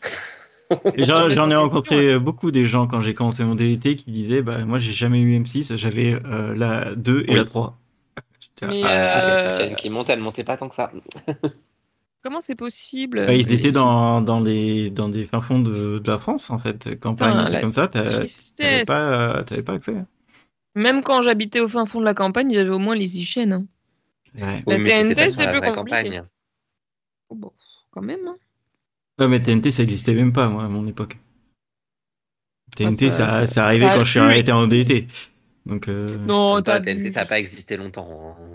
Et j'en ai Remettre en question, rencontré beaucoup des gens quand j'ai commencé mon DUT qui disaient, bah, moi, j'ai jamais eu M6, j'avais la 2 et Oui. la 3. J'étais là, Mais La chaîne qui monte, elle montait pas tant que ça. comment c'est possible? bah, ils étaient dans des fins fonds de la France, en fait. Campagne, Putain, était la comme ça, t'avais tristesse. t'avais pas accès. Même quand j'habitais au fin fond de la campagne, il y avait au moins les e-chaînes. Hein. Ouais. Oui, La mais t'étais TNT, pas sur c'est la plus vraie compliqué. campagne. Oh, bon, quand même. Hein. Ouais, mais TNT, ça existait même pas, moi, à mon époque. TNT, ça ça arrivait a quand je suis pu arrêté en exister. DUT. Donc, Non, La t'as TNT, vu. ça n'a pas existé longtemps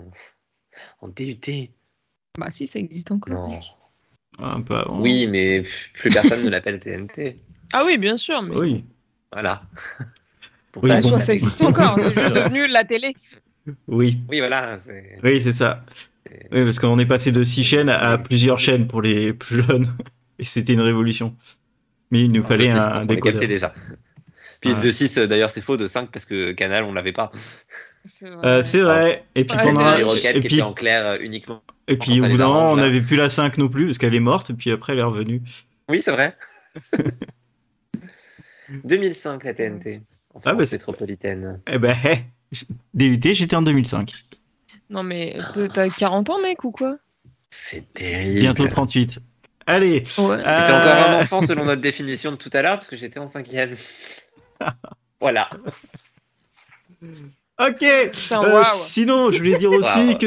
en DUT. Bah si, ça existe encore. Non. un peu avant. Oui, mais plus personne ne l'appelle TNT. Ah oui, bien sûr, mais Oui. Voilà. Pour Oui, ça, bon. soit ça existe encore, c'est juste devenu la télé. Oui. Oui, voilà. Oui, c'est ça. Oui, parce qu'on est passé de 6 chaînes à plusieurs chaînes pour les plus jeunes. Et c'était une révolution. Mais il nous Alors, fallait de 6, un quand on les décodeur. captait déjà. Puis Ouais. de 6, d'ailleurs, c'est faux. De 5, parce que Canal, on l'avait pas. C'est vrai. C'est vrai. Et puis Ouais, pendant c'est C'était vrai. les roquettes et qui puis étaient en clair uniquement. et puis ça au bout les d'un moment, arrange, on là. n'avait plus la 5 non plus parce qu'elle est morte. Et puis après, elle est revenue. Oui, c'est vrai. 2005, la TNT. En Ah, France bah, c'est- métropolitaine. Eh ben, DUT, j'étais en 2005. Non mais t'as 40 ans, mec, ou quoi? C'est terrible. Bientôt 38. Allez. Ouais. J'étais encore un enfant selon notre définition de tout à l'heure, parce que j'étais en 5e. Voilà. Ok. Putain, waouh. Sinon, je voulais dire aussi Waouh.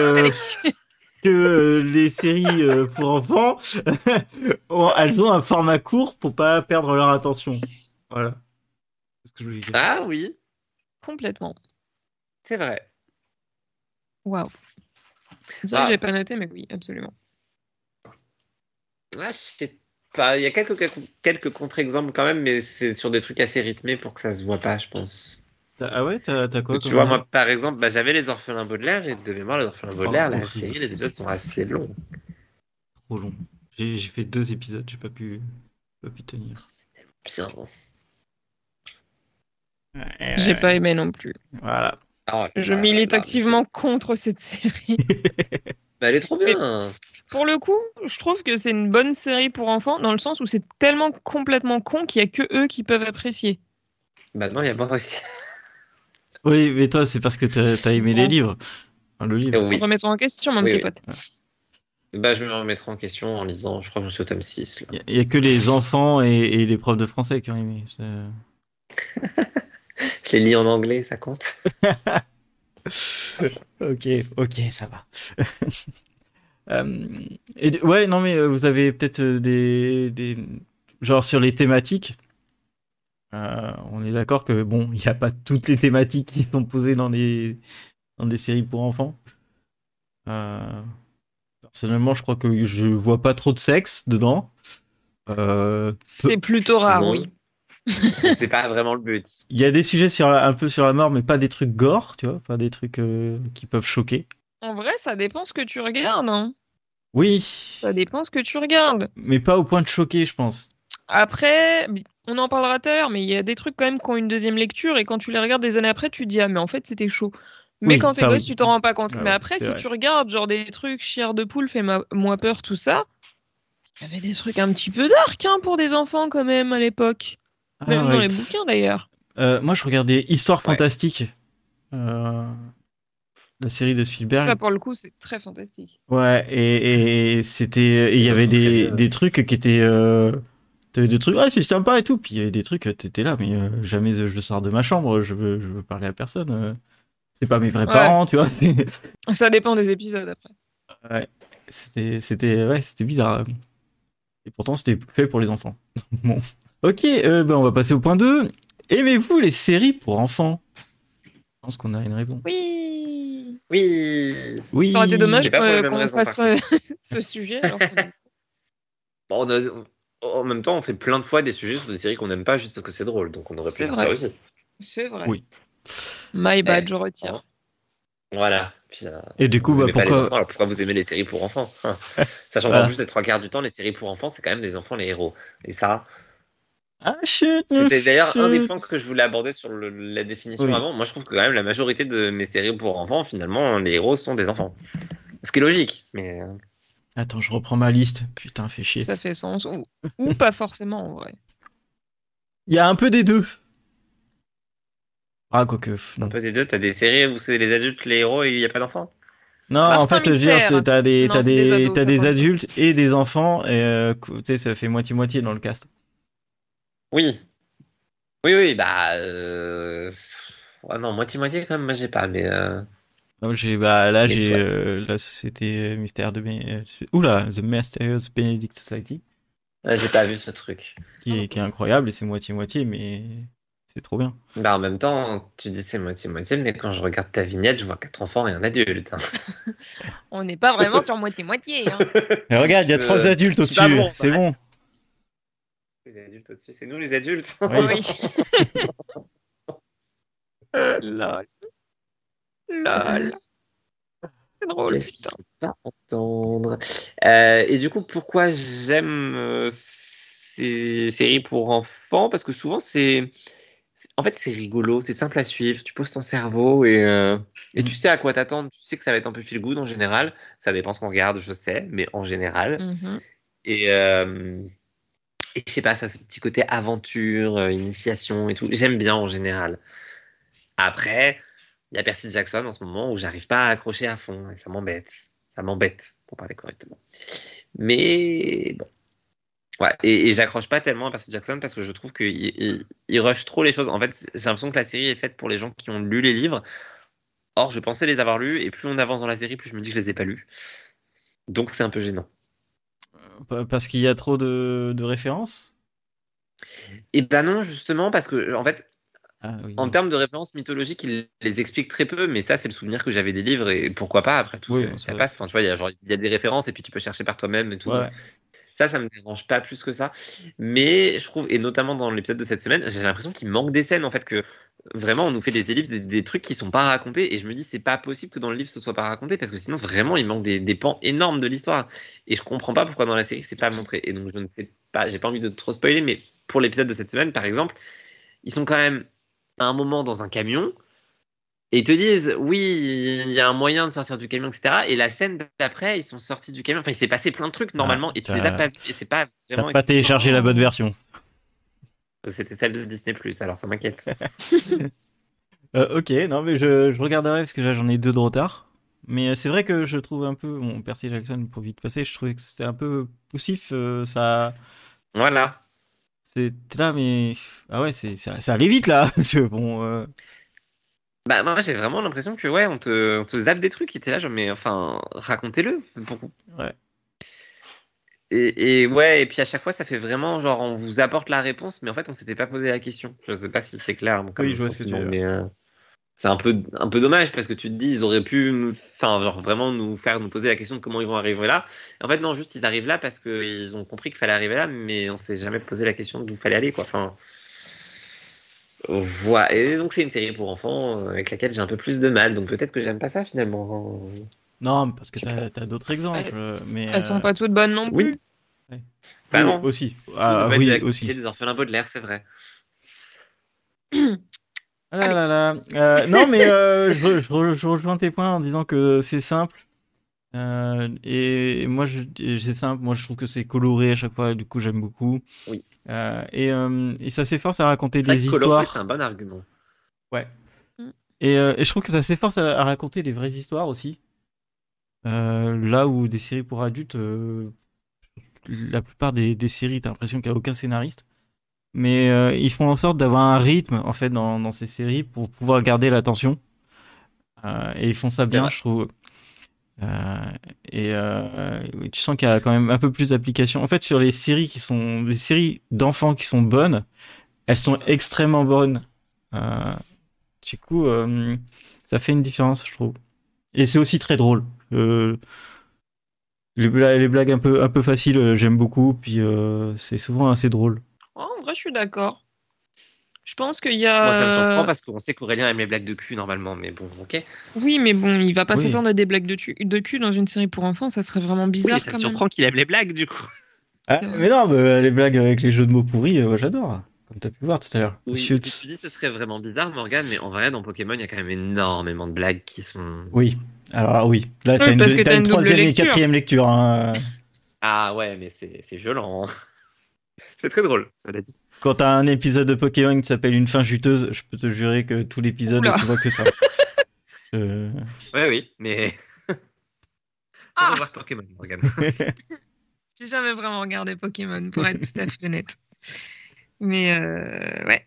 que les séries pour enfants, elles ont un format court pour pas perdre leur attention. Voilà. C'est ce que je voulais dire. Ah oui, Complètement. c'est vrai. Waouh. C'est vrai Ah. que j'ai pas noté, mais oui, absolument. Ah, je sais pas. Il y a quelques contre-exemples quand même, mais c'est sur des trucs assez rythmés pour que ça se voit pas, je pense. Ah ouais, t'as quoi Tu comme vois, idée? moi, par exemple, j'avais les Orphelins Baudelaire, et de mémoire, les Orphelins Baudelaire, la ouf. série, les épisodes sont assez longs. Trop long. J'ai fait 2 épisodes, j'ai pas pu tenir. Bien. J'ai pas aimé non plus. Voilà. Ah, Je milite activement contre cette série. Bah, elle est trop bien. Pour le coup, je trouve que c'est une bonne série pour enfants, dans le sens où c'est tellement complètement con qu'il y a que eux qui peuvent apprécier. Bah non, il y a moi aussi. Oui, mais toi, c'est parce que t'as aimé les livres. Enfin, le livre. Oui. Remettons en question, mon Oui, petit oui. pote. Bah, je me remettrai en question en lisant, je crois que je suis au tome 6. Là. Il y a que les enfants et les profs de français qui ont aimé. Je les lis en anglais, ça compte. Ok, ça va. Ouais, non, mais vous avez peut-être des. Genre sur les thématiques. On est d'accord que, bon, il n'y a pas toutes les thématiques qui sont posées dans des séries pour enfants. Personnellement, je crois que je vois pas trop de sexe dedans. C'est plutôt rare, Non. oui. C'est pas vraiment le but. Il y a des sujets un peu sur la mort, mais pas des trucs gore, tu vois, pas des trucs qui peuvent choquer. En vrai, ça dépend ce que tu regardes. Hein. Oui, Ça dépend ce que tu regardes. mais pas au point de choquer, je pense. Après, on en parlera tout à l'heure, mais il y a des trucs quand même qui ont une deuxième lecture et quand tu les regardes des années après, tu te dis ah mais en fait c'était chaud. Mais Oui, quand t'es ça, gosse, oui. tu t'en rends pas compte. Ah mais ouais, après, c'est si vrai. tu regardes genre des trucs chair de poule, fais-moi peur, tout ça, il y avait des trucs un petit peu dark hein, pour des enfants quand même à l'époque. Ah, Même ouais. dans les bouquins d'ailleurs. Moi, je regardais Histoire Ouais. fantastique. La série de Spielberg. Ça, pour le coup, c'est très fantastique. Ouais, et c'était, il y Ils avait ont très bien. des trucs qui étaient, t'avais des trucs, c'est sympa et tout, puis il y avait des trucs, t'étais là, mais jamais je le sors de ma chambre, je veux parler à personne, c'est pas mes vrais Ouais. parents, tu vois. Ça dépend des épisodes après. Ouais, c'était bizarre. Et pourtant, c'était fait pour les enfants. Bon. Ok, on va passer au point 2. Aimez-vous les séries pour enfants? Je pense qu'on a une réponse. Oui. Oui. Oui. Ça aurait été dommage Mais pas pour les mêmes qu'on raisons, fasse par ce sujet. Alors que- Bon, en même temps, on fait plein de fois des sujets sur des séries qu'on n'aime pas juste parce que c'est drôle, donc on aurait pu C'est faire vrai. ça aussi. C'est vrai. Oui. My bad, je Hein. retire. Voilà. Puis, Et du coup, vous aimez pas les pourquoi enfants, alors pourquoi vous aimez les séries pour enfants? Sachant qu'en Voilà. plus, les 3 quarts du temps, les séries pour enfants, c'est quand même des enfants les héros. Et ça, Ah, chut, c'était d'ailleurs un des chut. points que je voulais aborder sur la définition Oui. avant. Moi, je trouve que quand même la majorité de mes séries pour enfants, finalement, les héros sont des enfants. Ce qui est logique, mais Attends, je reprends ma liste. Putain, fais chier. Ça fait sens. Ou pas forcément, en vrai. Il y a un peu des deux. Ah, quoique. un Non, peu des deux. T'as des séries où c'est les adultes, les héros, et il n'y a pas d'enfants. non en Martin fait, je veux dire, Mystère. t'as des, Non, c'est des ados, t'as ça des compte pas. adultes et des enfants, et tu sais, ça fait moitié-moitié dans le cast. Oui. Oui, oui, bah. Ouais, non, moitié-moitié quand même, moi j'ai pas, mais. Donc, Mais j'ai soit. la société mystère de oula, The Mysterious Benedict Society, Ouais, j'ai pas vu ce truc. qui est incroyable, et c'est moitié-moitié, mais c'est trop bien. Bah en même temps, tu dis c'est moitié-moitié, mais quand je regarde ta vignette, je vois 4 enfants et un adulte. On n'est pas vraiment sur moitié-moitié. Hein. Mais regarde, il y a 3 adultes je suis pas au-dessus, bon, c'est bah. bon. Les adultes au-dessus, c'est nous les adultes. Oui. Lol. Lol. C'est drôle, Qu'est-ce qu'il putain. faut pas entendre? Et du coup, pourquoi j'aime ces séries pour enfants? Parce que souvent, en fait, c'est rigolo, c'est simple à suivre. Tu poses ton cerveau et tu sais à quoi t'attendre. Tu sais que ça va être un peu feel good en général. Ça dépend ce qu'on regarde, je sais, mais en général. Mhm. Et je sais pas, ça, ce petit côté aventure, initiation et tout. J'aime bien en général. Après, il y a Percy Jackson en ce moment où j'arrive pas à accrocher à fond et ça m'embête. Ça m'embête, pour parler correctement. Mais bon. Ouais, et j'accroche pas tellement à Percy Jackson parce que je trouve qu'il rush trop les choses. En fait, j'ai l'impression que la série est faite pour les gens qui ont lu les livres. Or, je pensais les avoir lus et plus on avance dans la série, plus je me dis que je les ai pas lus. Donc c'est un peu gênant. Parce qu'il y a trop de références. Et ben non, justement, parce que en fait, Ah oui. en non. termes de références mythologiques, il les explique très peu, mais ça, c'est le souvenir que j'avais des livres et pourquoi pas, après tout, Oui, ça passe. Enfin, tu vois, il y a des références et puis tu peux chercher par toi-même et tout. Ouais. Ça me dérange pas plus que ça. Mais je trouve, et notamment dans l'épisode de cette semaine, j'ai l'impression qu'il manque des scènes, en fait, que vraiment on nous fait des ellipses, des trucs qui sont pas racontés, et je me dis, c'est pas possible que dans le livre ce soit pas raconté, parce que sinon, vraiment, il manque des pans énormes de l'histoire. Et je comprends pas pourquoi dans la série c'est pas montré. Et donc, je ne sais pas, j'ai pas envie de trop spoiler, mais pour l'épisode de cette semaine, par exemple, ils sont quand même à un moment dans un camion. Et ils te disent, oui, il y a un moyen de sortir du camion, etc. Et la scène d'après, ils sont sortis du camion. Enfin, il s'est passé plein de trucs normalement et tu les as pas vus. Et c'est pas T'as vraiment pas téléchargé la bonne version. C'était celle de Disney+, alors ça m'inquiète. Ok, non mais je regarderai parce que là j'en ai 2 de retard. Mais c'est vrai que je trouve un peu, bon, Percy Jackson pour vite passer, je trouvais que c'était un peu poussif, ça, Voilà. c'était là mais ah ouais ça allait vite là. Bon, Bah, moi, j'ai vraiment l'impression que, ouais, on te zappe des trucs qui étaient là, genre, mais enfin, racontez-le. ouais. Et ouais, et puis à chaque fois, ça fait vraiment, genre, on vous apporte la réponse, mais en fait, on s'était pas posé la question. Je sais pas si c'est clair, comme Oui, je vois ce que tu sentiment, veux dire. mais c'est un peu dommage parce que tu te dis, ils auraient pu, enfin, genre, vraiment nous poser la question de comment ils vont arriver là. En fait, non, juste, ils arrivent là parce qu'ils ont compris qu'il fallait arriver là, mais on s'est jamais posé la question d'où fallait aller, quoi. Enfin, voilà. Et donc, c'est une série pour enfants avec laquelle j'ai un peu plus de mal, donc peut-être que j'aime pas ça finalement. Non, parce que Je sais pas. t'as d'autres exemples, mais Elles sont pas toutes bonnes non Oui. plus. Bah oui, non. aussi. Tout Ah le domaine de oui, l'activité aussi. des orphelins Baudelaire, c'est vrai. Ah là là là. Non, mais je rejoins tes points en disant que c'est simple. Et moi, c'est simple. Moi, je trouve que c'est coloré à chaque fois. Du coup, j'aime beaucoup. Oui. Et ça s'efforce à raconter C'est vrai des que coloré, c'est histoires. un bon argument. Ouais. Et je trouve que ça s'efforce à raconter des vraies histoires aussi. Là où des séries pour adultes, la plupart des séries, t'as l'impression qu'il n'y a aucun scénariste. Mais ils font en sorte d'avoir un rythme en fait dans ces séries pour pouvoir garder l'attention. Et ils font ça bien, je trouve. Oui, tu sens qu'il y a quand même un peu plus d'application. En fait, sur les séries qui sont des séries d'enfants qui sont bonnes, elles sont extrêmement bonnes. Du coup, ça fait une différence, je trouve. Et c'est aussi très drôle. Les blagues un peu faciles, j'aime beaucoup. Puis c'est souvent assez drôle. Oh, en vrai, je suis d'accord. Je pense qu'il y Moi, ça me surprend a. parce qu'on sait qu'Aurélien aime les blagues de cul normalement, mais bon, ok. Oui, mais bon, il va pas Oui. s'attendre à des blagues de cul dans une série pour enfants, ça serait vraiment Oui, bizarre ça me quand même. surprend qu'il aime les blagues du coup. Ah, C'est vrai. mais non, les blagues avec les jeux de mots pourris, moi j'adore. Comme t'as pu voir tout à l'heure. Oui, Chut. tu dis ce serait vraiment bizarre, Morgane, mais en vrai, dans Pokémon, il y a quand même énormément de blagues qui sont. Oui. Alors oui, là Oui, t'as parce que t'as une une double troisième et lecture. quatrième lecture. Hein. Ah ouais, mais c'est violent. C'est très drôle, cela dit. Quand t'as un épisode de Pokémon qui s'appelle Une fin juteuse, je peux te jurer que tout l'épisode, Oula. tu vois que ça. Ouais, oui, mais. Ah. On va voir Pokémon, Morgane. J'ai jamais vraiment regardé Pokémon, pour être tout à fait honnête. Mais ouais.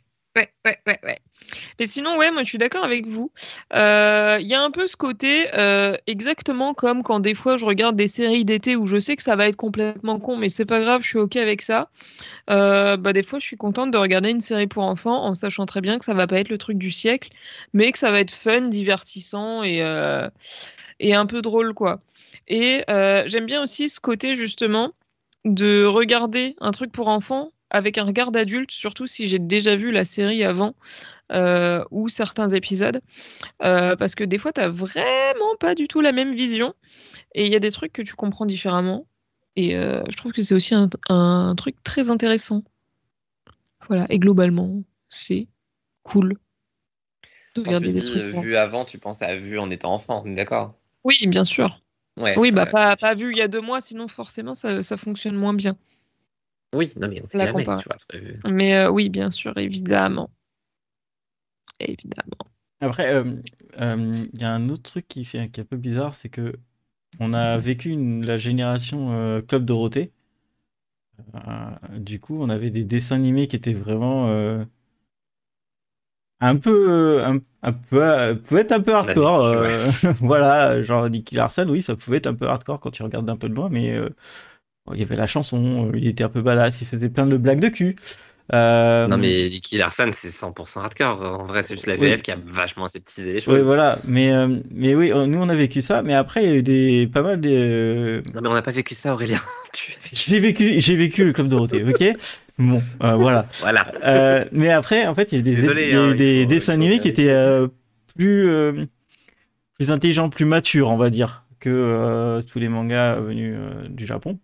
Mais sinon, ouais, moi je suis d'accord avec vous. Il y a un peu ce côté, exactement comme quand des fois je regarde des séries d'été où je sais que ça va être complètement con, mais c'est pas grave, je suis ok avec ça. Des fois je suis contente de regarder une série pour enfants en sachant très bien que ça va pas être le truc du siècle, mais que ça va être fun, divertissant et un peu drôle, quoi. Et j'aime bien aussi ce côté justement de regarder un truc pour enfants avec un regard d'adulte, surtout si j'ai déjà vu la série avant ou certains épisodes, parce que des fois t'as vraiment pas du tout la même vision et il y a des trucs que tu comprends différemment et je trouve que c'est aussi un truc très intéressant. Voilà, et globalement c'est cool de Quand tu regarder des dis trucs pour vu avant, tu penses à vu en étant enfant, on est d'accord? Oui, bien sûr. Ouais. Oui, Ouais. pas vu il y a 2 mois, sinon forcément ça fonctionne moins bien, Oui, non, mais on sait la jamais, tu comparaison. vois. Tu vois. Mais oui, bien sûr, évidemment. Évidemment. Après, il y a un autre truc qui est un peu bizarre, c'est que on a vécu la génération Club Dorothée. Du coup, on avait des dessins animés qui étaient vraiment un peu, pouvait être un peu On a hardcore. vécu, ouais. Voilà, genre Nicky Larson, oui, ça pouvait être un peu hardcore quand tu regardes d'un peu de loin, mais il y avait la chanson, il était un peu badass, il faisait plein de blagues de cul. Non, mais Nicky Larson, c'est 100% hardcore. En vrai, c'est juste la Oui. VF qui a vachement aseptisé les Oui, choses. voilà, mais oui, nous on a vécu ça, mais après il y a eu pas mal de. Non, mais on n'a pas vécu ça, Aurélien. Tu as vécu J'ai vécu le Club Dorothée, ok? Bon, voilà. Voilà. Mais après, en fait, il y a eu Désolé, il y a eu hein, des il dessins faut animés qui regarder étaient ça. plus intelligents, plus matures, on va dire, que tous les mangas venus du Japon.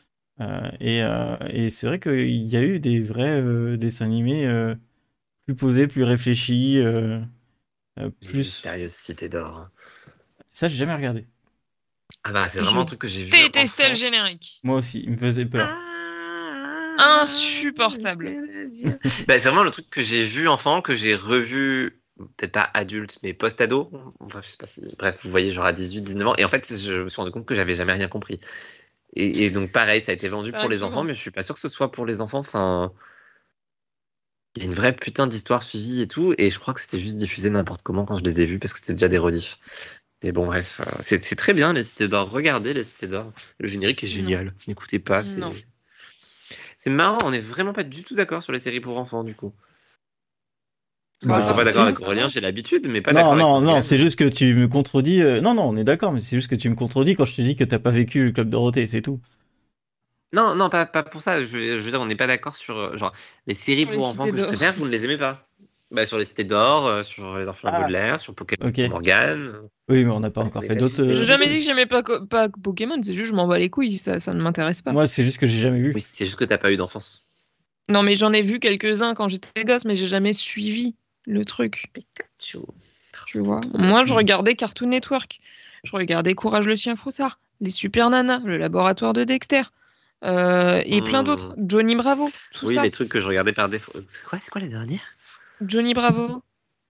Et c'est vrai qu'il y a eu des vrais dessins animés plus posés, plus réfléchis, Les plus. mystérieuses cités d'or. Hein. Ça, j'ai jamais regardé. Ah bah, c'est Je vraiment un truc que j'ai vu détestais enfant. le générique. Moi aussi, il me faisait peur. Insupportable. Bah, c'est vraiment le truc que j'ai vu enfant, que j'ai revu, peut-être pas adulte, mais post-ado. Enfin, je sais pas si. Bref, vous voyez, genre à 18, 19 ans. Et en fait, je me suis rendu compte que j'avais jamais rien compris. Et donc, pareil, ça a été vendu C'est pour un les enfants, kiff, hein. mais je suis pas sûr que ce soit pour les enfants. Enfin, il y a une vraie putain d'histoire suivie et tout. Et je crois que c'était juste diffusé n'importe comment quand je les ai vus, parce que c'était déjà des rediffs. Mais bon, bref, c'est très bien, les Cités d'Or. Regardez les Cités d'Or. Le générique est Non. génial. N'écoutez pas, Non. c'est marrant. On est vraiment pas du tout d'accord sur les séries pour enfants, du coup. Parce que moi, je suis Bah, pas d'accord si. avec Aurélien, j'ai l'habitude, mais pas d'accord avec Non, Morgane. c'est juste que tu me contredis. Non, on est d'accord, mais c'est juste que tu me contredis quand je te dis que t'as pas vécu le Club Dorothée, c'est tout. Non, pas pour ça. Je veux dire, on n'est pas d'accord sur genre les séries Sur les pour enfants cités que je d'or. préfère, vous ne les aimez pas. Bah, sur les Cités d'Or, sur les Orphelins Ah, Baudelaire, sur Pokémon ok. pour Morgane. Oui, mais on n'a pas Ouais, encore vous fait avez pas d'autres. kiffé. J'ai jamais dit que j'aimais pas Pokémon, c'est juste je m'en bats les couilles, ça ne m'intéresse pas. Moi, c'est juste que j'ai jamais vu. Oui, c'est juste que t'as pas eu d'enfance. Non, mais j'en ai vu quelques-uns quand j'étais gosse, mais j'ai jamais suivi le truc, Pikachu. tu vois. Moi, je regardais Cartoon Network, je regardais Courage le chien froussard, Les Super Nanas, Le Laboratoire de Dexter, et plein d'autres. Johnny Bravo, tout Oui, ça. les trucs que je regardais par défaut. C'est quoi les dernières? Johnny Bravo.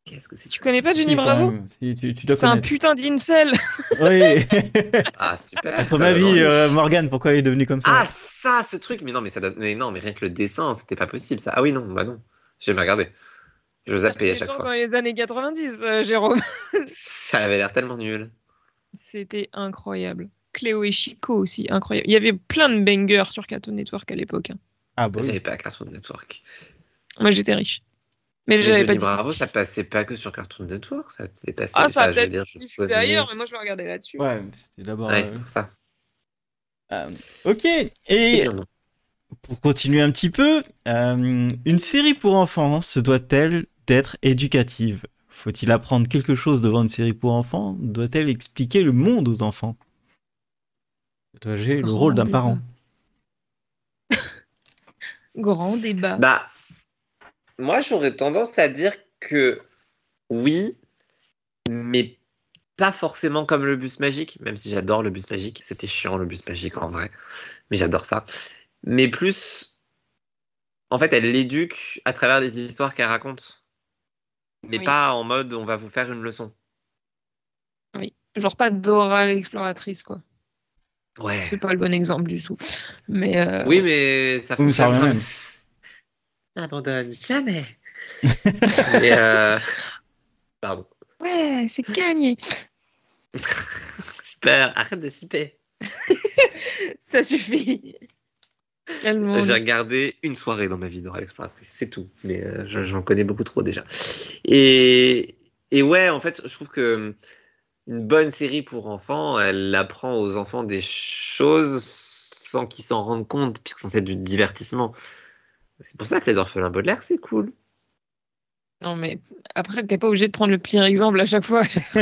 Qu'est-ce que c'est? Tu connais pas Johnny Si, quand Bravo? même. Si, tu dois C'est un connaître. putain d'incel. Oui. Ah, super. À ton ça, avis, non. Morgane, pourquoi il est devenu comme ça? Ah, ça, ce truc. Mais non, mais ça date... Mais non, mais rien que le dessin, c'était pas possible, ça. Ah oui, non, bah non. J'ai jamais regardé. Je zappais à Cartoon chaque Network dans fois. les années 90, Jérôme. Ça avait l'air tellement nul. C'était incroyable. Cléo et Chico aussi, incroyable. Il y avait plein de bangers sur Cartoon Network à l'époque, hein. Ah bah oui. J'avais pas Cartoon Network. Moi, j'étais riche. Mais Mais j'avais pas Johnny de Bravo, Disney. ça passait pas que sur Cartoon Network, ça devait passer. Ah, ça a Enfin, je veux peut-être dire, été je diffusé connais. ailleurs, mais moi, je le regardais là-dessus. Ouais, c'était d'abord. Ouais, c'est pour ça. Ok. Eh Et bien, non. pour continuer un petit peu, une série pour enfants se doit-elle d'être éducative? Faut-il apprendre quelque chose devant une série pour enfants? Doit-elle expliquer le monde aux enfants? Dois jouer le Grand rôle d'un débat. parent? Grand débat. Bah, moi, j'aurais tendance à dire que oui, mais pas forcément comme le bus magique, même si j'adore le bus magique. C'était chiant, le bus magique, en vrai. Mais j'adore ça. Mais plus, en fait, elle l'éduque à travers les histoires qu'elle raconte. Mais Oui. pas en mode on va vous faire une leçon. Oui. Genre pas Dora l'exploratrice, quoi. Ouais. C'est pas le bon exemple du tout. Mais Oui, mais ça Oui, mais ça fonctionne revient quand même. même. N'abandonne jamais. Et pardon. ouais, c'est gagné. Super, arrête de shipper. Ça suffit. Calme-nous. J'ai regardé une soirée dans ma vie Dora l'exploratrice, c'est tout. Mais j'en connais beaucoup trop déjà. Et ouais, en fait, je trouve que une bonne série pour enfants, elle apprend aux enfants des choses sans qu'ils s'en rendent compte, puisque c'est censé être du divertissement. C'est pour ça que les orphelins Baudelaire, c'est cool. Non, mais après, t'es pas obligé de prendre le pire exemple à chaque fois.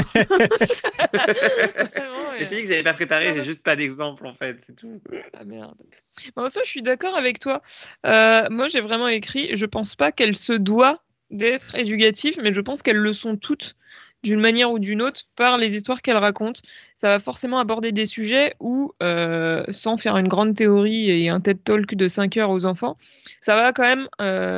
Vraiment, Je t'ai dit que j'avais pas préparé, j'ai juste pas d'exemple en fait, c'est tout. Ah merde. Bon, ça, je suis d'accord avec toi. Moi, j'ai vraiment écrit, je pense pas qu'elle se doit d'être éducative, mais je pense qu'elles le sont toutes d'une manière ou d'une autre par les histoires qu'elles racontent. Ça va forcément aborder des sujets où, sans faire une grande théorie et un TED Talk de 5 heures aux enfants, ça va quand même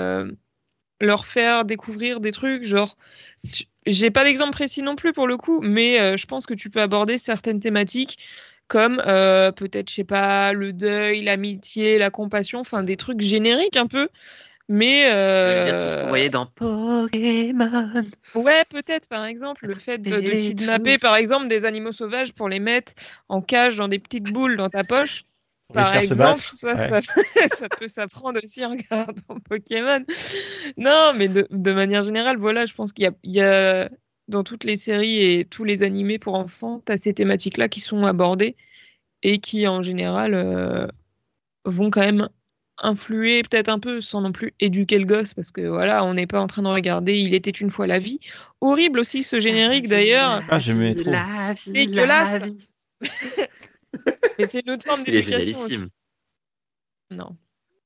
leur faire découvrir des trucs, genre, j'ai pas d'exemple précis non plus pour le coup, mais je pense que tu peux aborder certaines thématiques comme peut-être, je sais pas, le deuil, l'amitié, la compassion, enfin des trucs génériques un peu, mais Tu veux dire tout ce qu'on voyait dans Pokémon. ouais, peut-être par exemple le fait de Et kidnapper tous. par exemple des animaux sauvages pour les mettre en cage dans des petites boules dans ta poche. Pour les Par faire se exemple, battre. ça, Ouais. ça peut s'apprendre aussi en regardant Pokémon. Non, mais de manière générale, voilà, je pense il y a dans toutes les séries et tous les animés pour enfants, tu as ces thématiques-là qui sont abordées et qui, en général, vont quand même influer peut-être un peu sans non plus éduquer le gosse parce que voilà, on n'est pas en train de regarder Il était une fois la vie. Horrible aussi ce générique d'ailleurs. Ah, j'aimais trop. La vie, Dégueulasse. la vie. Mais c'est une autre forme Il est d'éducation aussi. génialissime. Non.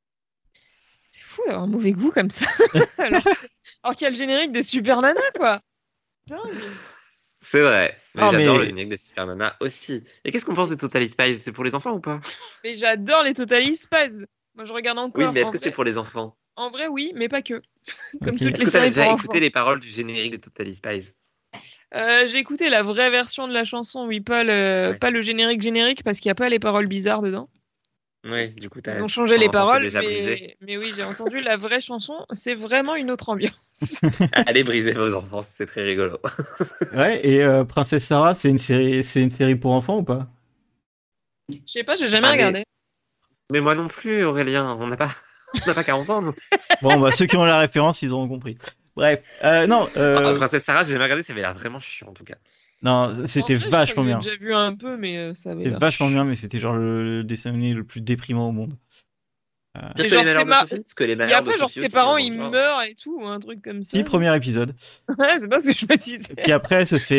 C'est fou d'avoir un mauvais goût comme ça. alors qu'il y a le générique des Super Nanas, quoi. Dingue. C'est vrai. Mais Ah, j'adore mais- le générique des Super Nana aussi. Et qu'est-ce qu'on pense des Total Spies? C'est pour les enfants ou pas? Mais j'adore les Total Spies. Moi, je regarde encore. Oui, mais est-ce En que c'est vrai- pour les enfants? En vrai, oui, mais pas que. Comme Ok. toutes Est-ce les que tu as séries déjà pour écouté enfants. les paroles du générique des Total Spies? J'ai écouté la vraie version de la chanson, oui, pas Ouais. le générique, parce qu'il n'y a pas les paroles bizarres dedans. Oui, du coup, Ils ont changé les ton enfance est paroles, déjà brisée. mais oui, j'ai entendu la vraie chanson. C'est vraiment une autre ambiance. Allez briser vos enfants, c'est très rigolo. Ouais, et Princesse Sarah, c'est une série pour enfants ou pas? Je sais pas, j'ai jamais Ah, mais- regardé. Mais moi non plus, Aurélien, on n'a pas 40 ans, nous. Bon, bah, ceux qui ont la référence, ils auront compris. Bref, non, Princesse Sarah, j'ai jamais regardé, ça avait l'air vraiment chiant en tout cas. non, c'était En vrai, je vachement crois que bien. J'ai déjà vu un peu, mais ça avait C'était l'air vachement chiant. bien, mais c'était genre le dessin animé le plus déprimant au monde. Pire Mais que genre, les malheurs c'est de ma- Sophie, parce que les Et malheurs de après, genre, Sophie ses aussi, parents, dans ils le genre. meurent et tout, ou un truc comme ça. Si, premier épisode. Ouais, c'est pas ce que je me disais. Puis après,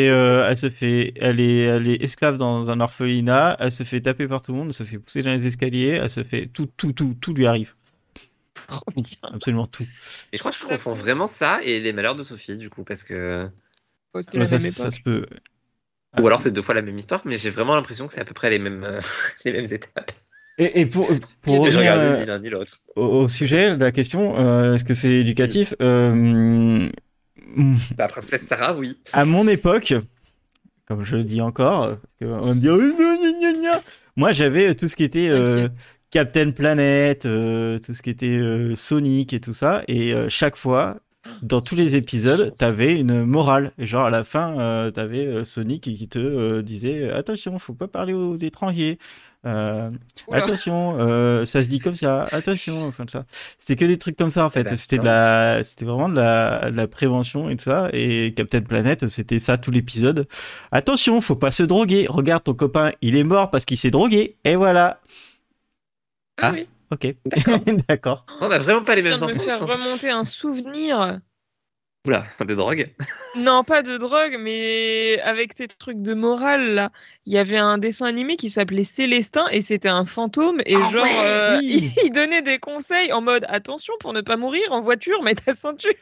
elle est esclave dans un orphelinat, elle se fait taper par tout le monde, elle se fait pousser dans les escaliers, elle se fait tout lui arrive. Trop bien. Absolument tout. Et je crois que je confonds vraiment ça et les malheurs de Sophie, du coup, parce que. Oh, c'était Ouais, la ça, même ça époque. se peut. Ou alors c'est 2 fois la même histoire, mais j'ai vraiment l'impression que c'est à peu près les mêmes, les mêmes étapes. Et pour Je revenir regardais ni l'un ni l'autre. au sujet de la question, est-ce que c'est éducatif La princesse Sarah, oui. À mon époque, comme je le dis encore, parce qu'on va me dire moi j'avais tout ce qui était T'inquiète. Captain Planet, tout ce qui était Sonic et tout ça, et chaque fois, dans tous les épisodes, t'avais une morale. Et genre à la fin, t'avais Sonic qui te disait attention, faut pas parler aux étrangers. Euh, Oula. attention, ça se dit comme ça. Attention, enfin ça. C'était que des trucs comme ça en Eh fait. ben, C'était vraiment de la prévention et tout ça. Et Captain Planet, c'était ça tout l'épisode. Attention, faut pas se droguer. Regarde ton copain, il est mort parce qu'il s'est drogué. Et voilà. Ah Ah, oui. ok. D'accord. D'accord. On a vraiment pas les Tu mêmes viens de me faire enfants. remonter un souvenir. Oula, des drogues. Non, pas de drogue, mais avec tes trucs de morale, là, il y avait un dessin animé qui s'appelait Célestin et c'était un fantôme et Ah genre, ouais. Oui. il donnait des conseils en mode attention pour ne pas mourir en voiture, mets ta ceinture.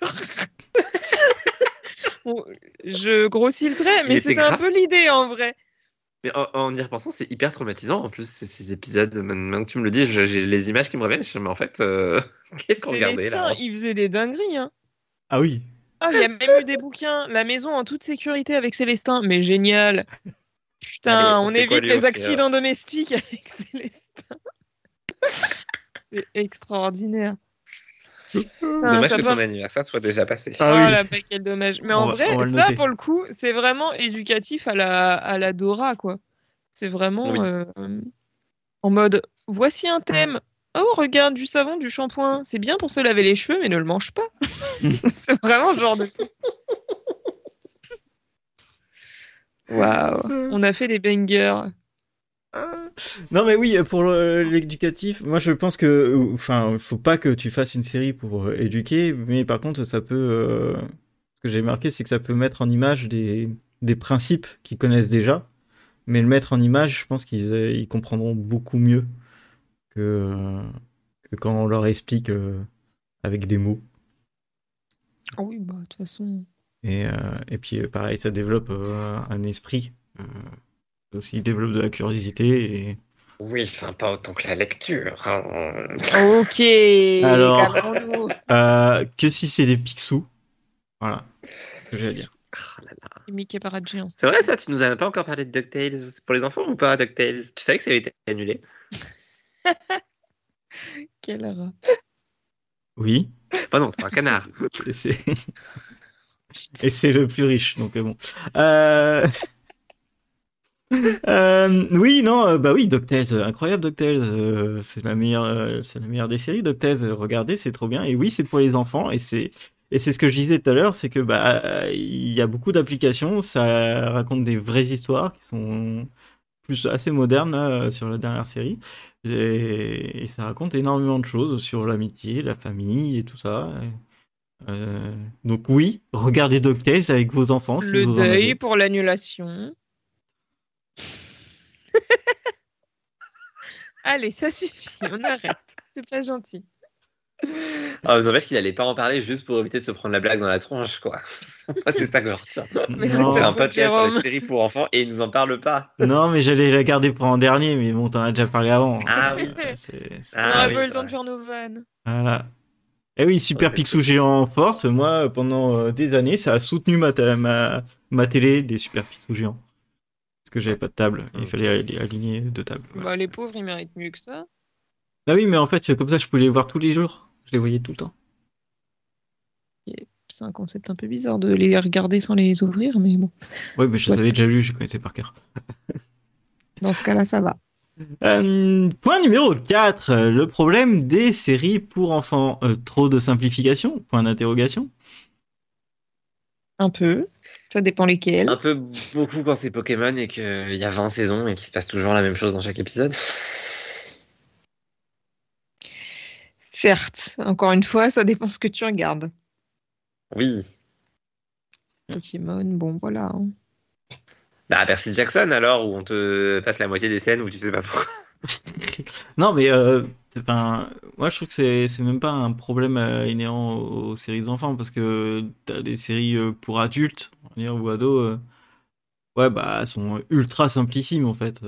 Bon, je grossis le trait, Il mais était c'était un grave. peu l'idée en vrai. Mais en y repensant, c'est hyper traumatisant. En plus, ces épisodes, maintenant que tu me le dis, j'ai les images qui me reviennent. Je me dis, mais en fait, qu'est-ce qu'on regardait Célestin, là? il faisait des dingueries, hein. Ah oui. Ah, il y a même eu des bouquins, La maison en toute sécurité avec Célestin, mais génial. Allez, Putain, on on sait quoi évite lui les offrir. accidents domestiques avec Célestin. C'est extraordinaire. Putain, Dommage ça que peut... ton anniversaire soit déjà passé. Oh Ah oui. là, bah, quel dommage. Mais On en va, vrai, on va le ça, noter. pour le coup, c'est vraiment éducatif à la Dora, quoi. C'est vraiment Oui. en mode, voici un thème. Oh, regarde, du savon, du shampoing. C'est bien pour se laver les cheveux, mais ne le mange pas. C'est vraiment le genre de truc. Waouh, on a fait des bangers. Non mais oui, pour l'éducatif, moi je pense que, enfin, faut pas que tu fasses une série pour éduquer, mais par contre ça peut, ce que j'ai marqué, c'est que ça peut mettre en image des principes qu'ils connaissent déjà, mais le mettre en image, je pense ils comprendront beaucoup mieux que, que quand on leur explique avec des mots. Ah oui, bah, de toute façon. Et puis pareil, ça développe un esprit, aussi développe de la curiosité. Oui, enfin, pas autant que la lecture, hein. Ok, Alors, calmons-nous. que si c'est des Picsou, voilà, ce que j'ai à dire. Oh là là. Mickey Parade géant. C'est vrai ça, tu nous avais pas encore parlé de DuckTales. C'est pour les enfants ou pas, DuckTales? Tu savais que ça avait été annulé? Quel rat. Oui, Oh non, c'est un canard. et c'est et c'est le plus riche, donc bon. Euh... oui, non, bah oui, DuckTales, incroyable DuckTales, c'est la meilleure des séries. DuckTales, regardez, c'est trop bien. Et oui, c'est pour les enfants, et c'est ce que je disais tout à l'heure, c'est que bah il y a beaucoup d'applications, ça raconte des vraies histoires qui sont plus assez modernes là, sur la dernière série, et ça raconte énormément de choses sur l'amitié, la famille et tout ça. Donc oui, regardez DuckTales avec vos enfants si Le vous en deuil avez. pour l'annulation. Allez, ça suffit, on arrête. C'est pas gentil. Ah, n'empêche qu'il allait pas en parler juste pour éviter de se prendre la blague dans la tronche, quoi. Moi, c'est ça que je retiens. Mais On fait c'était un Non, pour podcast sur les Jérôme. séries pour enfants et il nous en parle pas. non, mais j'allais la garder pour en dernier, mais bon, t'en as déjà parlé avant. Ah oui. On Ah n'aurait oui, pas eu le c'est temps de vrai. faire nos vannes. Voilà. Eh oui, On a Super fait le Picsou truc. géant en force, moi, pendant des années, ça a soutenu ma télé des Super Picsou géants. Parce que j'avais pas de table, il fallait aligner deux tables. Voilà. Bah, les pauvres, ils méritent mieux que ça. Ah oui, mais en fait, c'est comme ça, je pouvais les voir tous les jours. Je les voyais tout le temps. Et c'est un concept un peu bizarre de les regarder sans les ouvrir, mais bon. Oui, mais je les Soit. avais déjà lus, je les connaissais par cœur. Dans ce cas-là, ça va. Point numéro 4, le problème des séries pour enfants. Trop de simplification? Point d'interrogation. Un peu. Ça dépend lesquels. Un peu beaucoup quand c'est Pokémon et qu'il y a 20 saisons et qu'il se passe toujours la même chose dans chaque épisode. Certes, encore une fois, ça dépend ce que tu regardes. Oui. Pokémon, bon, voilà. Hein. Bah, Percy Jackson alors, où on te passe la moitié des scènes où tu sais pas pourquoi. Non, mais moi je trouve que c'est même pas un problème inhérent aux séries d'enfants parce que t'as des séries pour adultes, on va dire, ou ados, ouais, bah, elles sont ultra simplissimes en fait.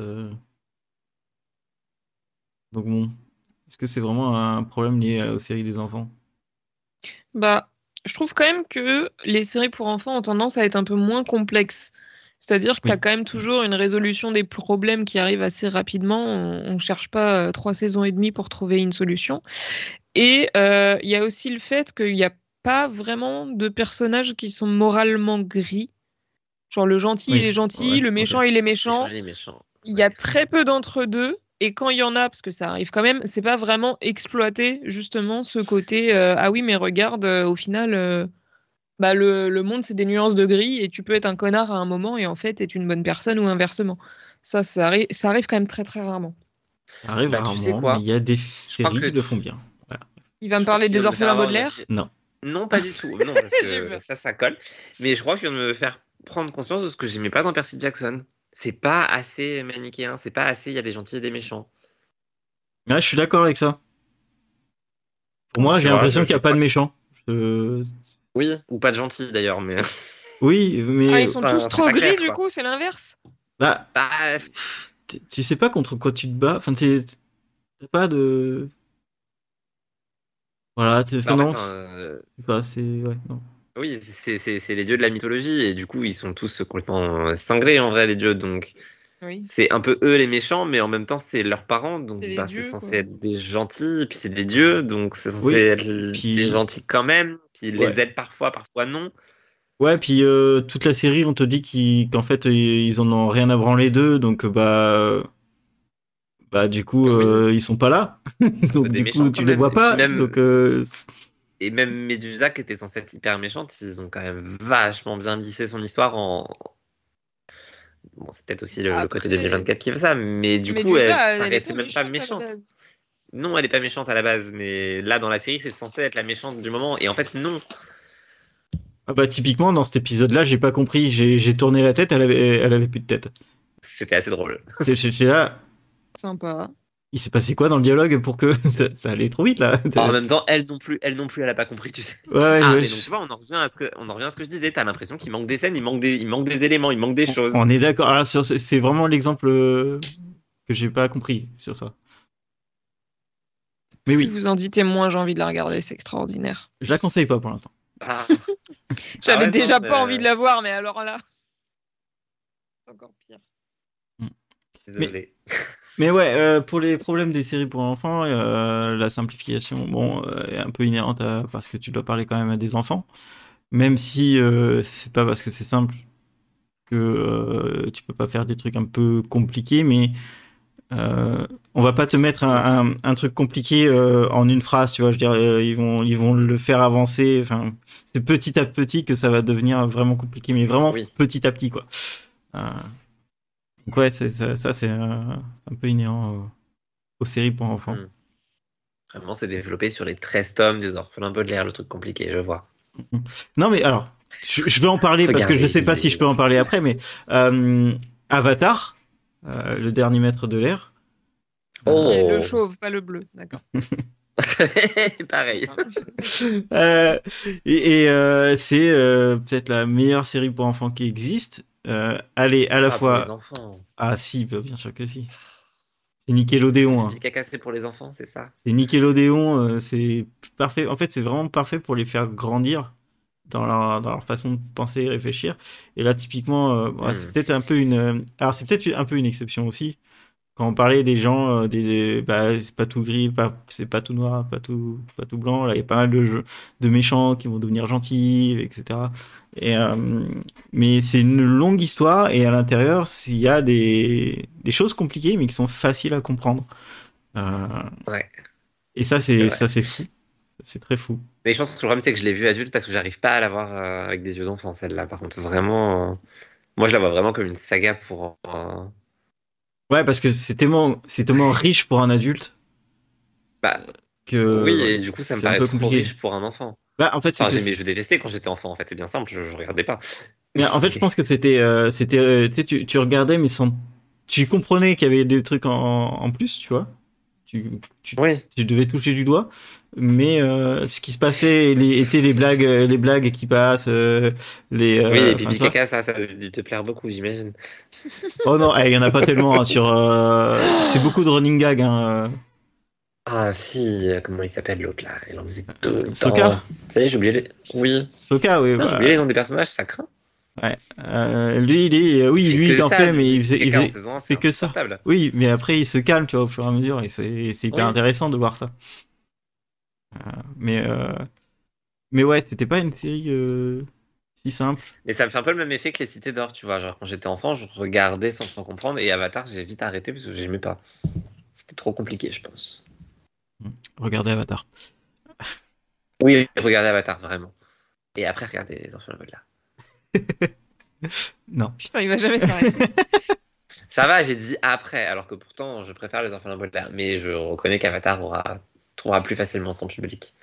Donc bon, est-ce que c'est vraiment un problème lié aux séries des enfants? Bah, je trouve quand même que les séries pour enfants ont tendance à être un peu moins complexes. C'est-à-dire qu'il y a Oui. quand même toujours une résolution des problèmes qui arrivent assez rapidement. On ne cherche pas 3 saisons et demie pour trouver une solution. Et il y a aussi le fait qu'il n'y a pas vraiment de personnages qui sont moralement gris. Genre le gentil, il est Oui, gentil, ouais, le méchant, ok. il est Méchant, méchant. il est méchant. Il y a très peu d'entre-deux. Et quand il y en a, parce que ça arrive quand même, c'est pas vraiment exploité justement ce côté ah oui, mais regarde, au final, bah, le monde c'est des nuances de gris et tu peux être un connard à un moment et en fait être une bonne personne ou inversement. Ça arrive quand même très très rarement. Ça arrive Bah, tu sais rarement, mais il quoi? y a des Je crois séries que qui le font bien. Voilà. Il va me je crois parler que tu des viens de me faire orphelins avoir une Baudelaire. Non. Non, pas du tout. Non, parce J'ai que peur. ça colle. Mais je crois que tu viens de me faire prendre conscience de ce que j'aimais pas dans Percy Jackson. C'est pas assez manichéen, c'est pas assez, il y a des gentils et des méchants. Ouais, je suis d'accord avec ça. Pour moi, Tu j'ai vois, l'impression qu'il n'y je a pas crois de méchants. Je- oui, ou pas de gentils d'ailleurs, mais Oui, Ah, mais ils sont enfin, tous c'est trop pas gris clair, du quoi. coup, c'est l'inverse. bah, Bah, tu sais pas contre quoi tu te bats. Enfin, t'as pas de. Voilà, bah, en fait, non, enfin, c'est pas, c'est. Ouais, non. oui, c'est les dieux de la mythologie, et du coup, ils sont tous complètement cinglés en vrai, les dieux, donc Oui, c'est un peu eux les méchants, mais en même temps, c'est leurs parents, donc c'est les bah, c'est dieux censé quoi. être des gentils, et puis c'est des dieux, donc c'est censé Oui, être des puis. gentils quand même, puis ils Ouais. les aident parfois, parfois non. Ouais, puis toute la série, on te dit qu'en fait, ils en ont rien à branler d'eux, donc bah du coup, Oui, ils sont pas là. un peu Donc des du coup, méchants quand tu les même. vois Et puis pas. Donc, même Médusa, qui était censée être hyper méchante, ils ont quand même vachement bien lissé son histoire en. Bon, c'est peut-être aussi le côté Après, 2024 qui fait ça, mais du coup, elle Médusa, elle est paraissait pas même pas méchante à la méchante. base. Non, elle est pas méchante à la base, mais là, dans la série, c'est censé être la méchante du moment, et en fait, non. ah bah typiquement dans cet épisode-là, j'ai pas compris. J'ai tourné la tête, elle avait plus de tête. C'était assez drôle. J'étais là. Sympa. Il s'est passé quoi dans le dialogue pour que ça allait trop vite là. En même temps, elle non plus, elle a pas compris, tu sais. Ouais, Ah, ouais, mais donc tu vois, on en revient à ce que je disais. T'as l'impression qu'il manque des scènes, il manque des éléments, il manque des choses. on est d'accord. Alors, c'est vraiment l'exemple que j'ai pas compris sur ça. Mais Plus oui, vous en dites et moins j'ai envie de la regarder, c'est extraordinaire. je la conseille pas pour l'instant. Ah, J'avais ouais, déjà non, pas envie de la voir, mais alors là, c'est encore pire. désolé. Mais ouais, pour les problèmes des séries pour enfants, la simplification, bon, est un peu inhérente parce que tu dois parler quand même à des enfants. Même si c'est pas parce que c'est simple que tu peux pas faire des trucs un peu compliqués, mais on va pas te mettre un truc compliqué en une phrase, tu vois. Je veux dire, ils vont le faire avancer. Enfin, c'est petit à petit que ça va devenir vraiment compliqué, mais vraiment Oui. petit à petit, quoi. Donc ouais, ça c'est un peu inhérent aux séries pour enfants. Hmm. Vraiment, c'est développé sur les 13 tomes des orphelins Baudelaire, le truc compliqué, je vois. Non, mais alors, je vais en parler parce que je Regardez, sais pas si je peux en parler après, mais Avatar, le dernier maître de l'air. Oh. Et le chauve, pas le bleu, d'accord. Pareil. Euh, c'est peut-être la meilleure série pour enfants qui existe. Elle est à la Pas pour fois. les enfants. Ah si, bah, bien sûr que si. C'est C'est Nickelodeon. une Hein. pique à casser pour les enfants, c'est ça? C'est Nickelodeon, c'est parfait. En fait, c'est vraiment parfait pour les faire grandir dans leur façon de penser et réfléchir. Et là, typiquement, c'est peut-être un peu alors c'est peut-être un peu une exception aussi. Quand on parlait des gens, bah, c'est pas tout gris, c'est pas tout noir, pas tout blanc. Là, il y a pas mal de méchants qui vont devenir gentils, etc. Et, mais c'est une longue histoire et à l'intérieur, il y a des choses compliquées mais qui sont faciles à comprendre. Ouais, Et ça, c'est vrai. c'est fou. C'est très fou. Mais je pense que le problème, c'est que je l'ai vue adulte parce que j'arrive pas à la voir avec des yeux d'enfant, celle-là. Par contre, vraiment, moi, je la vois vraiment comme une saga pour. Ouais, parce que c'est tellement riche pour un adulte Bah, que oui, ouais, et du coup, ça me c'est un paraît peu trop compliqué. riche pour un enfant. Bah, en fait, Enfin, je détestais quand j'étais enfant, en fait, c'est bien simple, je regardais pas. mais en fait, je pense que tu sais, tu regardais, mais tu comprenais qu'il y avait des trucs en plus, tu vois. Oui, Tu devais toucher du doigt, mais ce qui se passait, tu sais, les blagues qui passent, oui, et enfin, pipi tu vois. caca, ça a dû te plaire beaucoup, j'imagine. Oh non, il y en a pas tellement hein, sur. C'est beaucoup de running gag. Hein. Ah si, comment il s'appelle l'autre là? Il en faisait tout le Sokka. temps. Ça y est, j'ai oublié les... Oui. Sokka, oui. Putain, j'ai oublié les noms des personnages, ça craint. Ouais. Lui, oui, Il fait lui, que il en ça, fait, mais lui. Quelqu'un en saison 1, il c'est fait que ça. insupportable. Oui, mais après, il se calme, tu vois, au fur et à mesure, et c'est hyper Oui. intéressant de voir ça. Mais, euh, mais ouais, c'était pas une série si simple. Mais ça me fait un peu le même effet que les Cités d'Or, tu vois. Genre, quand j'étais enfant, je regardais sans comprendre, et Avatar, j'ai vite arrêté parce que j'aimais pas. C'était trop compliqué, je pense. Regardez Avatar. Oui, regardez Avatar, vraiment. Et après, regardez Les Enfants de Baudelaire. Non. Putain, il va jamais s'arrêter. Ça va, j'ai dit après, alors que pourtant, je préfère Les Enfants de Baudelaire. Mais je reconnais qu'Avatar trouvera plus facilement son public.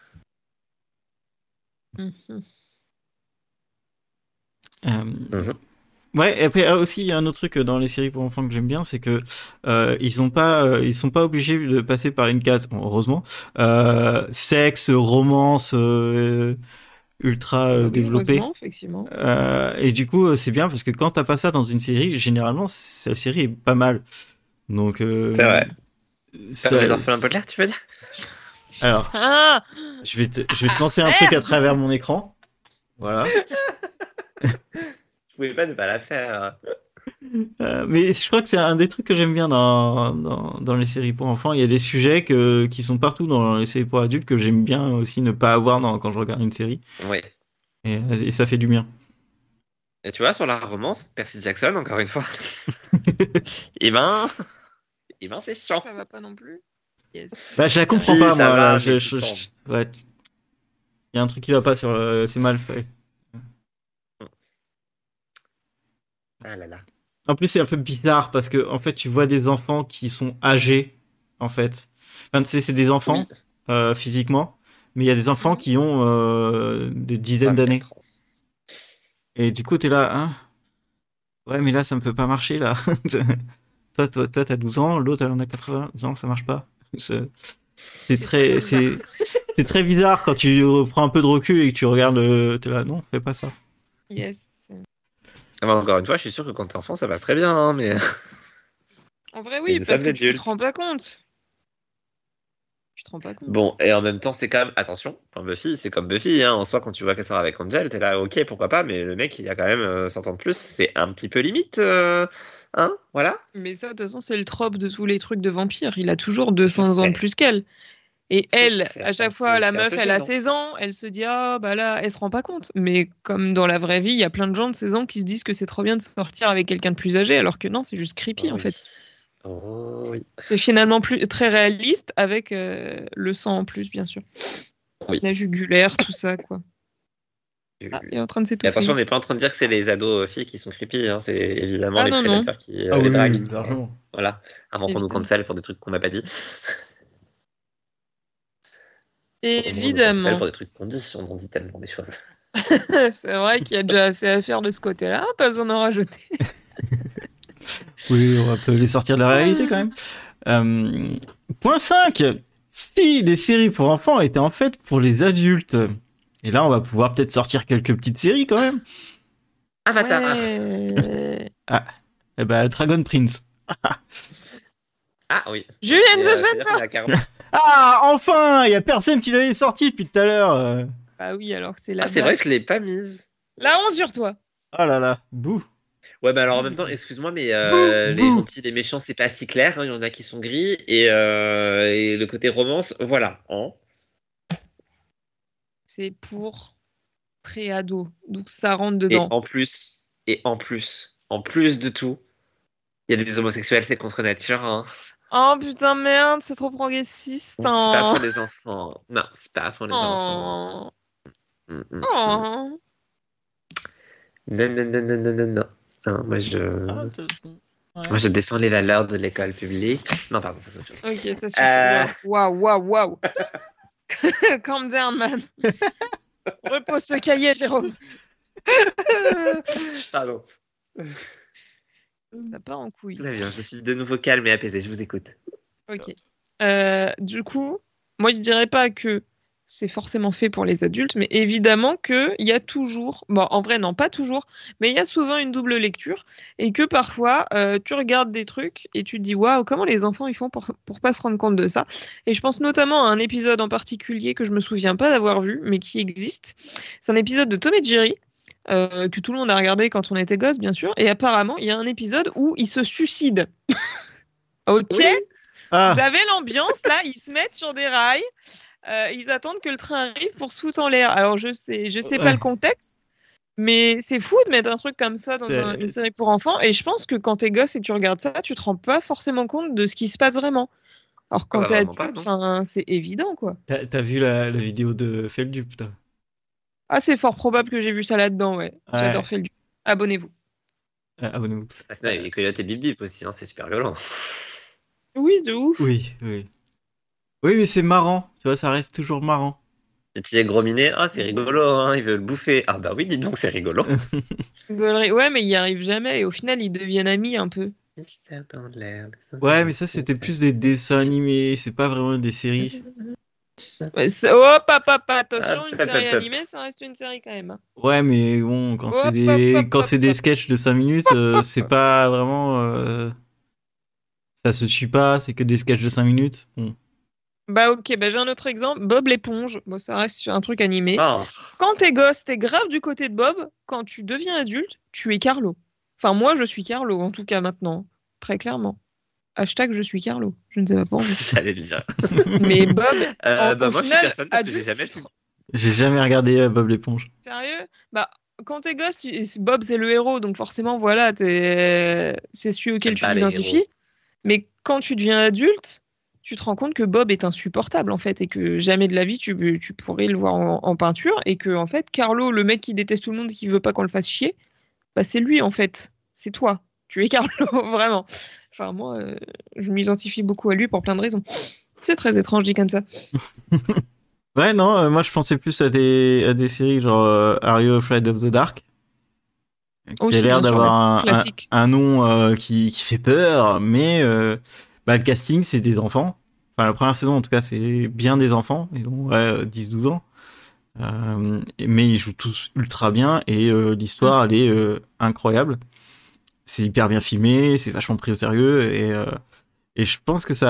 Mhm. Mhm. Ouais, et après aussi il y a un autre truc dans les séries pour enfants que j'aime bien, c'est que ils sont pas obligés de passer par une case, bon, heureusement, sexe, romance ultra Oui, développée. heureusement, effectivement. Et du coup c'est bien parce que quand t'as pas ça dans une série, généralement la série est pas mal. Donc C'est vrai. Comme Les ça, Enfants de Baudelaire, tu veux dire? alors Ah je vais te lancer un truc à travers mon écran. Voilà. Je pouvais pas ne pas la faire. Mais je crois que c'est un des trucs que j'aime bien dans les séries pour enfants. Il y a des sujets qui sont partout dans les séries pour adultes que j'aime bien aussi ne pas avoir quand je regarde une série. Oui. Et ça fait du bien. Et tu vois, sur la romance, Percy Jackson, encore une fois. Eh ben, c'est chiant. Ça va pas non plus. Yes. Bah, je la comprends Si, pas, ça moi. va, Là. mais tu sens. Ouais. Il y a un truc qui va pas sur c'est mal fait. Ah là là. En plus, c'est un peu bizarre parce que, en fait, tu vois des enfants qui sont âgés, en fait. Enfin, tu sais, c'est des Oui. enfants, physiquement, mais il y a des enfants Mhm. qui ont des dizaines d'années. 24 ans. Et du coup, t'es là, hein? Ouais, mais là, ça ne peut pas marcher, là. Toi, t'as 12 ans, l'autre, elle en a 80. Non, ça marche pas. C'est c'est très, c'est, c'est très bizarre quand tu prends un peu de recul et que tu regardes, t'es là, non, fais pas ça. Yes. Ah bah, encore une fois, je suis sûr que quand t'es enfant, ça passe très bien, hein, mais En vrai, il y a oui, des parce salles que tu te d'adultes. rends pas compte. Tu te rends pas compte. Bon, et en même temps, c'est quand même, attention, enfin, Buffy, c'est comme Buffy, hein, en soi, quand tu vois qu'elle sort avec Angel, t'es là, ok, pourquoi pas, mais le mec, il a quand même 100 ans de plus, c'est un petit peu limite, hein, voilà. Mais ça, de toute façon, c'est le trope de tous les trucs de vampires. Il a toujours Je 200 ans de sais, plus qu'elle. Et je elle, sais, à chaque enfin, fois, la c'est un meuf, peu elle a gênant. 16 ans, elle se dit, ah, bah là, elle se rend pas compte. Mais comme dans la vraie vie, il y a plein de gens de 16 ans qui se disent que c'est trop bien de sortir avec quelqu'un de plus âgé, alors que non, c'est juste creepy, Oh en oui, fait. oh oui, C'est finalement très réaliste avec le sang en plus, bien sûr. oui. La jugulaire, tout ça, quoi. Ah, il est en train de Et s'étouffer. attention, on n'est pas en train de dire que c'est les ados filles qui sont creepy, hein, c'est évidemment Ah les non, non. prédateurs qui Ah les oui, draguent. largement. Voilà, avant qu'on nous Évidemment. cancel pour des trucs qu'on n'a pas dit. On nous cancel Évidemment. pour des trucs qu'on dit, on en dit tellement des choses. C'est vrai qu'il y a déjà assez à faire de ce côté-là, pas besoin d'en rajouter. Oui, on peut les sortir de la réalité quand même. Point 5. Si les séries pour enfants étaient en fait pour les adultes. Et là, on va pouvoir peut-être sortir quelques petites séries quand même. Avatar. Ouais. Ah, eh ben, Dragon Prince. Ah oui. Julien the C'est-à-dire Phantom. qu'on a 40. Ah, enfin, il y a personne qui l'avait sorti depuis tout à l'heure. Ah oui, alors que c'est la Ah, c'est vrai que je l'ai pas mise. La honte sur toi. Oh là là, bouh. Ouais, bah alors en même temps, excuse-moi, mais Bouh, les bouh. gentils, les méchants, c'est pas si clair, hein. Il y en a qui sont gris et le côté romance, voilà, hein. C'est pour pré-ado, donc ça rentre Et dedans. en plus de tout, il y a des homosexuels, c'est contre nature, hein. Oh putain, merde, c'est trop progressiste. Oui, c'est pas Hein. pour les enfants. Non, c'est pas pour les enfants. Oh. Mm. Oh. Non, non, non, non, non, non, non. Non, Ah, moi, je défends les valeurs de l'école publique. Non, pardon, ça c'est autre chose. Ok, ça suffit. Waouh, waouh, waouh. Calm down, man. Repose ce cahier, Jérôme. Pardon. Ça part en couille. Tout va bien, je suis de nouveau calme et apaisé, je vous écoute. Ok. Du coup, moi je dirais pas que c'est forcément fait pour les adultes, mais évidemment qu'il y a toujours, bon, en vrai, non, pas toujours, mais il y a souvent une double lecture et que parfois, tu regardes des trucs et tu te dis, waouh, comment les enfants ils font pour pas se rendre compte de ça. Et je pense notamment à un épisode en particulier que je me souviens pas d'avoir vu, mais qui existe. C'est un épisode de Tom et Jerry. Que tout le monde a regardé quand on était gosse, bien sûr. Et apparemment, il y a un épisode où ils se suicident. Ok, Oui. vous Ah, avez l'ambiance, là, ils se mettent sur des rails. Ils attendent que le train arrive pour se foutre en l'air. Alors, je sais pas Ouais. le contexte, mais c'est fou de mettre un truc comme ça dans une série pour enfants. Et je pense que quand t'es gosse et que tu regardes ça, tu te rends pas forcément compte de ce qui se passe vraiment. Alors, quand bah, t'es vraiment pas, adulte, non. enfin, c'est évident, quoi. t'as vu la vidéo de Feldup, toi? Ah, c'est fort probable que j'ai vu ça là-dedans, ouais. Ouais. J'adore Feldu. Abonnez-vous. Abonnez-vous. Ah, sinon, il y a les Coyotes et Bip Bip aussi, hein, c'est super violent. Oui, de ouf. Oui, oui. Oui, mais c'est marrant. Tu vois, ça reste toujours marrant. Les petits gros minés, ah, c'est rigolo, hein, ils veulent bouffer. Ah, bah oui, dis donc, c'est rigolo. Gaulerie. Ouais, mais ils y arrivent jamais et au final, ils deviennent amis un peu. Mystère dans l'air. Ouais, mais ça, c'était plus des dessins animés. C'est pas vraiment des séries. Ouais, hop, hop, hop, attention, Hop, une hop, série hop, hop. animée, ça reste une série quand même. Hein. Ouais, mais bon, quand c'est Hop, hop, des, hop, quand hop, c'est des hop. sketchs de 5 minutes, c'est pas vraiment. Ça se suit pas, c'est que des sketchs de 5 minutes. Bon. Bah ok, bah j'ai un autre exemple, Bob l'éponge. Bon, ça reste sur un truc animé. Oh, Quand t'es gosse, t'es grave du côté de Bob. Quand tu deviens adulte, tu es Carlo. Enfin, moi, je suis Carlo, en tout cas maintenant. Très clairement. Hashtag je suis Carlo. Je ne sais pas pour vous. j'allais le dire. Mais Bob, Bah, au moi, je suis final, personne parce que j'ai adulte, jamais tout. J'ai jamais regardé Bob l'éponge. sérieux? Bah, quand t'es gosse, Bob, c'est le héros. Donc forcément, voilà, c'est celui auquel J'aime tu pas les t'identifies. héros. Mais quand tu deviens adulte, tu te rends compte que Bob est insupportable en fait et que jamais de la vie tu pourrais le voir en peinture et que en fait Carlo, le mec qui déteste tout le monde et qui veut pas qu'on le fasse chier, bah c'est lui en fait, c'est toi, tu es Carlo vraiment. Enfin moi, je m'identifie beaucoup à lui pour plein de raisons. C'est très étrange dit comme ça. Ouais, non, moi je pensais plus à des séries genre Are You Afraid of the Dark? Qui a Aussi l'air bien sûr, d'avoir bah, c'est classique. un nom qui fait peur, mais bah, le casting c'est des enfants. Enfin, la première saison en tout cas c'est bien des enfants, ils ont 10-12 ans. Mais ils jouent tous ultra bien et l'histoire elle est incroyable. C'est hyper bien filmé, c'est vachement pris au sérieux et je pense que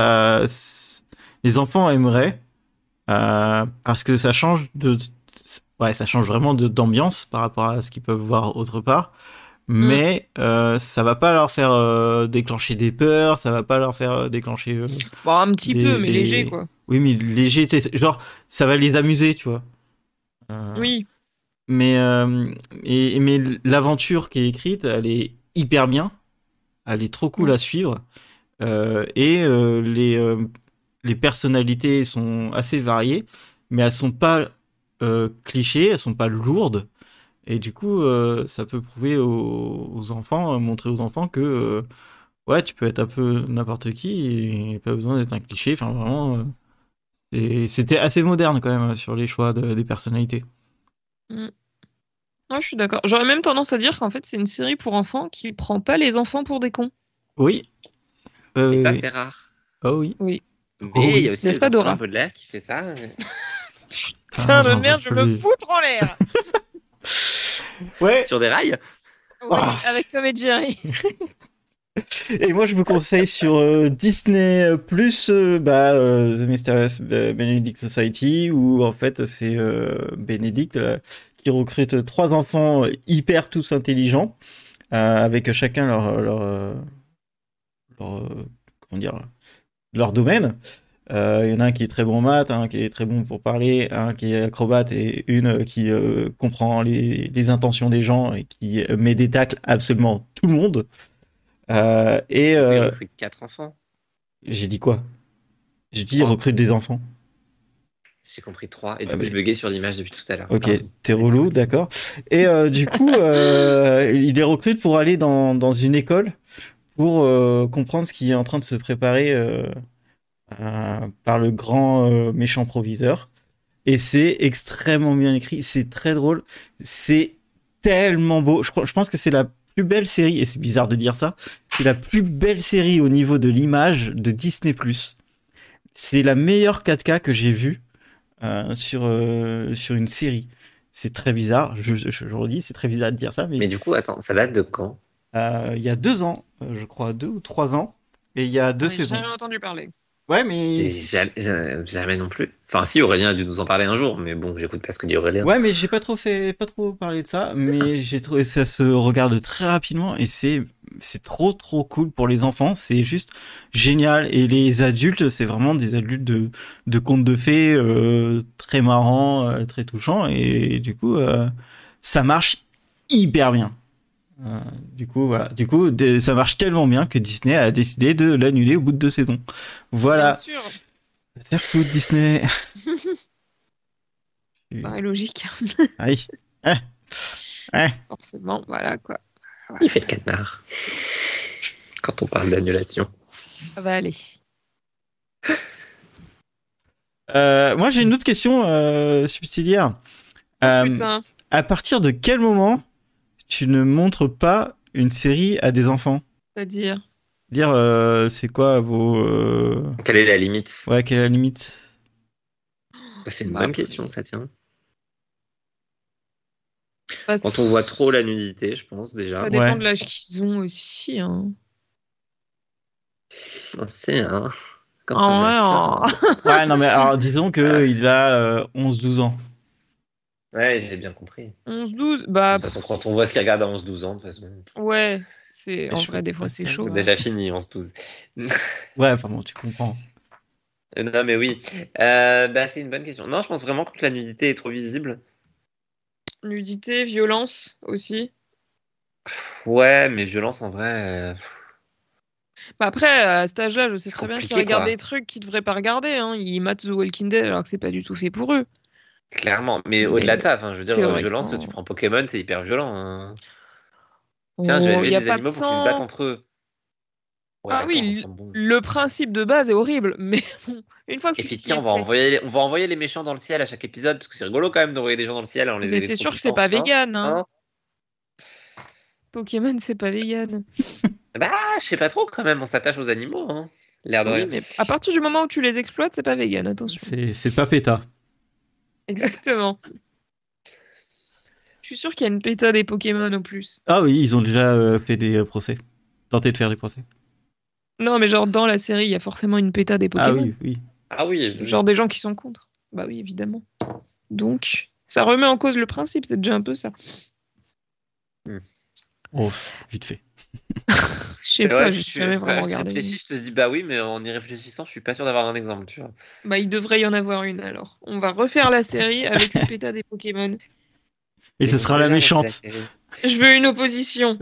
les enfants aimeraient parce que ça change ça change vraiment d'ambiance par rapport à ce qu'ils peuvent voir autre part. Mais ça va pas leur faire déclencher des peurs, ça va pas leur faire déclencher Bon, un petit peu, mais léger quoi. Oui, mais léger, tu sais, genre ça va les amuser, tu vois. Oui. Mais mais l'aventure qui est écrite, elle est hyper bien, elle est trop cool à suivre et les personnalités sont assez variées, mais elles sont pas clichés, elles sont pas lourdes. Et du coup, ça peut prouver aux enfants, montrer aux enfants que ouais, tu peux être un peu n'importe qui et pas besoin d'être un cliché. Enfin, vraiment, c'était assez moderne quand même sur les choix des personnalités. Ah, je suis d'accord. J'aurais même tendance à dire qu'en fait c'est une série pour enfants qui prend pas les enfants pour des cons. Oui. Et ça, Oui. c'est rare. Oh oui. Oui. Mais Oh oui. il y a aussi N'est-ce pas, Dora Dora Baudelaire qui fait ça. C'est un de j'en merde, peux je me plus. foutre en l'air. Sur des rails. Oui, Ah. avec Tom et Jerry. Et moi, je me conseille sur Disney Plus, The Mysterious Benedict Society, où en fait c'est Benedict là, qui recrute 3 enfants hyper tous intelligents, avec chacun comment dire, leur domaine. Il y en a un qui est très bon en maths, un qui est très bon pour parler, un qui est acrobate et une qui comprend les intentions des gens et qui met des tacles à absolument tout le monde. Il recrute 4 enfants. J'ai dit quoi? J'ai dit 3. recrute des enfants. J'ai compris 3. Et Ah, du coup, mais- je buguais sur l'image depuis tout à l'heure. Ok, Pardon. t'es relou, d'accord. Et du coup, il les recrute pour aller dans une école pour comprendre ce qui est en train de se préparer par le grand méchant proviseur. Et c'est extrêmement bien écrit, c'est très drôle, c'est tellement beau. Je pense que c'est la plus belle série, et c'est bizarre de dire ça, c'est la plus belle série au niveau de l'image de Disney+. C'est la meilleure 4K que j'ai vue sur une série. C'est très bizarre, je le redis, c'est très bizarre de dire ça, Mais mais du coup, attends, ça date de quand? il y a 2 ans, je crois, 2 ou 3 ans, et il y a deux J'en ai saisons. jamais entendu parler. Ouais, mais Jamais non plus. Enfin, si, Aurélien a dû nous en parler un jour, mais bon, j'écoute pas ce que dit Aurélien. ouais, mais j'ai pas trop parlé de ça, mais j'ai trouvé ça se regarde très rapidement et c'est trop cool pour les enfants, c'est juste génial. Et les adultes, c'est vraiment des adultes de contes de fées très marrants, très touchants, et du coup, ça marche hyper bien. Du coup, voilà. Du coup, ça marche tellement bien que Disney a décidé de l'annuler au bout de 2 saisons. Bien Voilà. sûr, Faire foutre Disney. paraît logique, Aïe. Ah. Ah. forcément, voilà quoi. Il fait le canard. Quand on parle d'annulation. Ça va aller. Moi, j'ai une autre question subsidiaire. Oh Euh, putain, à partir de quel moment tu ne montres pas une série à des enfants? c'est-à-dire. Dire, c'est quoi vos... Quelle est la limite? Ouais, quelle est la limite? C'est une Bah, bonne question, ça tient. Bah, Quand on voit trop la nudité, je pense déjà. ça dépend Ouais. de l'âge qu'ils ont aussi. Hein. C'est hein. Quand Ah on ouais, attire. Ouais, non, mais alors, disons qu'il a 11-12 ans. Ouais, j'ai bien compris. 11-12, De bah toute façon, quand on voit ce qu'il regarde à 11-12 ans, de toute façon, ouais, c'est Mais en je vrai fais des pas fois c'est ça. chaud. c'est Hein. déjà fini, 11-12. Ouais, enfin bon, tu comprends. Non, mais oui. Bah, c'est une bonne question. Non, je pense vraiment que la nudité est trop visible. Nudité, violence aussi. Ouais, mais violence en vrai. Bah après, à cet âge-là, je sais C'est très bien qu'ils compliqué, regardent quoi. des trucs qu'ils devraient pas regarder. Hein. Ils matent The Walking Dead alors que c'est pas du tout fait pour eux. Clairement. Mais au-delà Mais de ça, enfin, je veux dire, violence, tu théoriquement. prends Pokémon, c'est hyper violent. Hein. Tiens, je vais Oh, il élever n'y a des pas de animaux pour qu'ils se battent sang. entre eux. Ouais, Ah d'accord, oui, enfin bon. le principe de base est horrible, mais bon, une fois que Et tu puis t'y tiens, es fait. on va envoyer les méchants dans le ciel à chaque épisode, parce que c'est rigolo quand même d'envoyer des gens dans le ciel, on les Mais est c'est trop sûr que c'est puissants. pas Hein, vegan, hein. hein. Pokémon, c'est pas vegan. Bah, je sais pas trop quand même, on s'attache aux animaux, hein. L'air de Oui, rien. mais à partir du moment où tu les exploites, c'est pas vegan, attention. C'est pas péta. Exactement. Je suis sûre qu'il y a une péta des Pokémon en plus. Ah oui, ils ont déjà fait des procès. Tenté de faire des procès. Non, mais genre dans la série, il y a forcément une péta des Ah Pokémon. oui, oui. Ah oui, oui. Genre des gens qui sont contre. Bah oui, évidemment. Donc, ça remet en cause le principe, c'est déjà un peu ça. Oh, vite fait. Je sais Ouais, pas, puis j'ai jamais vraiment je regardé. réfléchis, je te dis bah oui, mais en y réfléchissant, je suis pas sûr d'avoir un exemple, tu vois. Bah, il devrait y en avoir une alors. On va refaire la série avec une péta des Pokémon. Et ce Ils sera ont la déjà refait méchante. série. Je veux une opposition.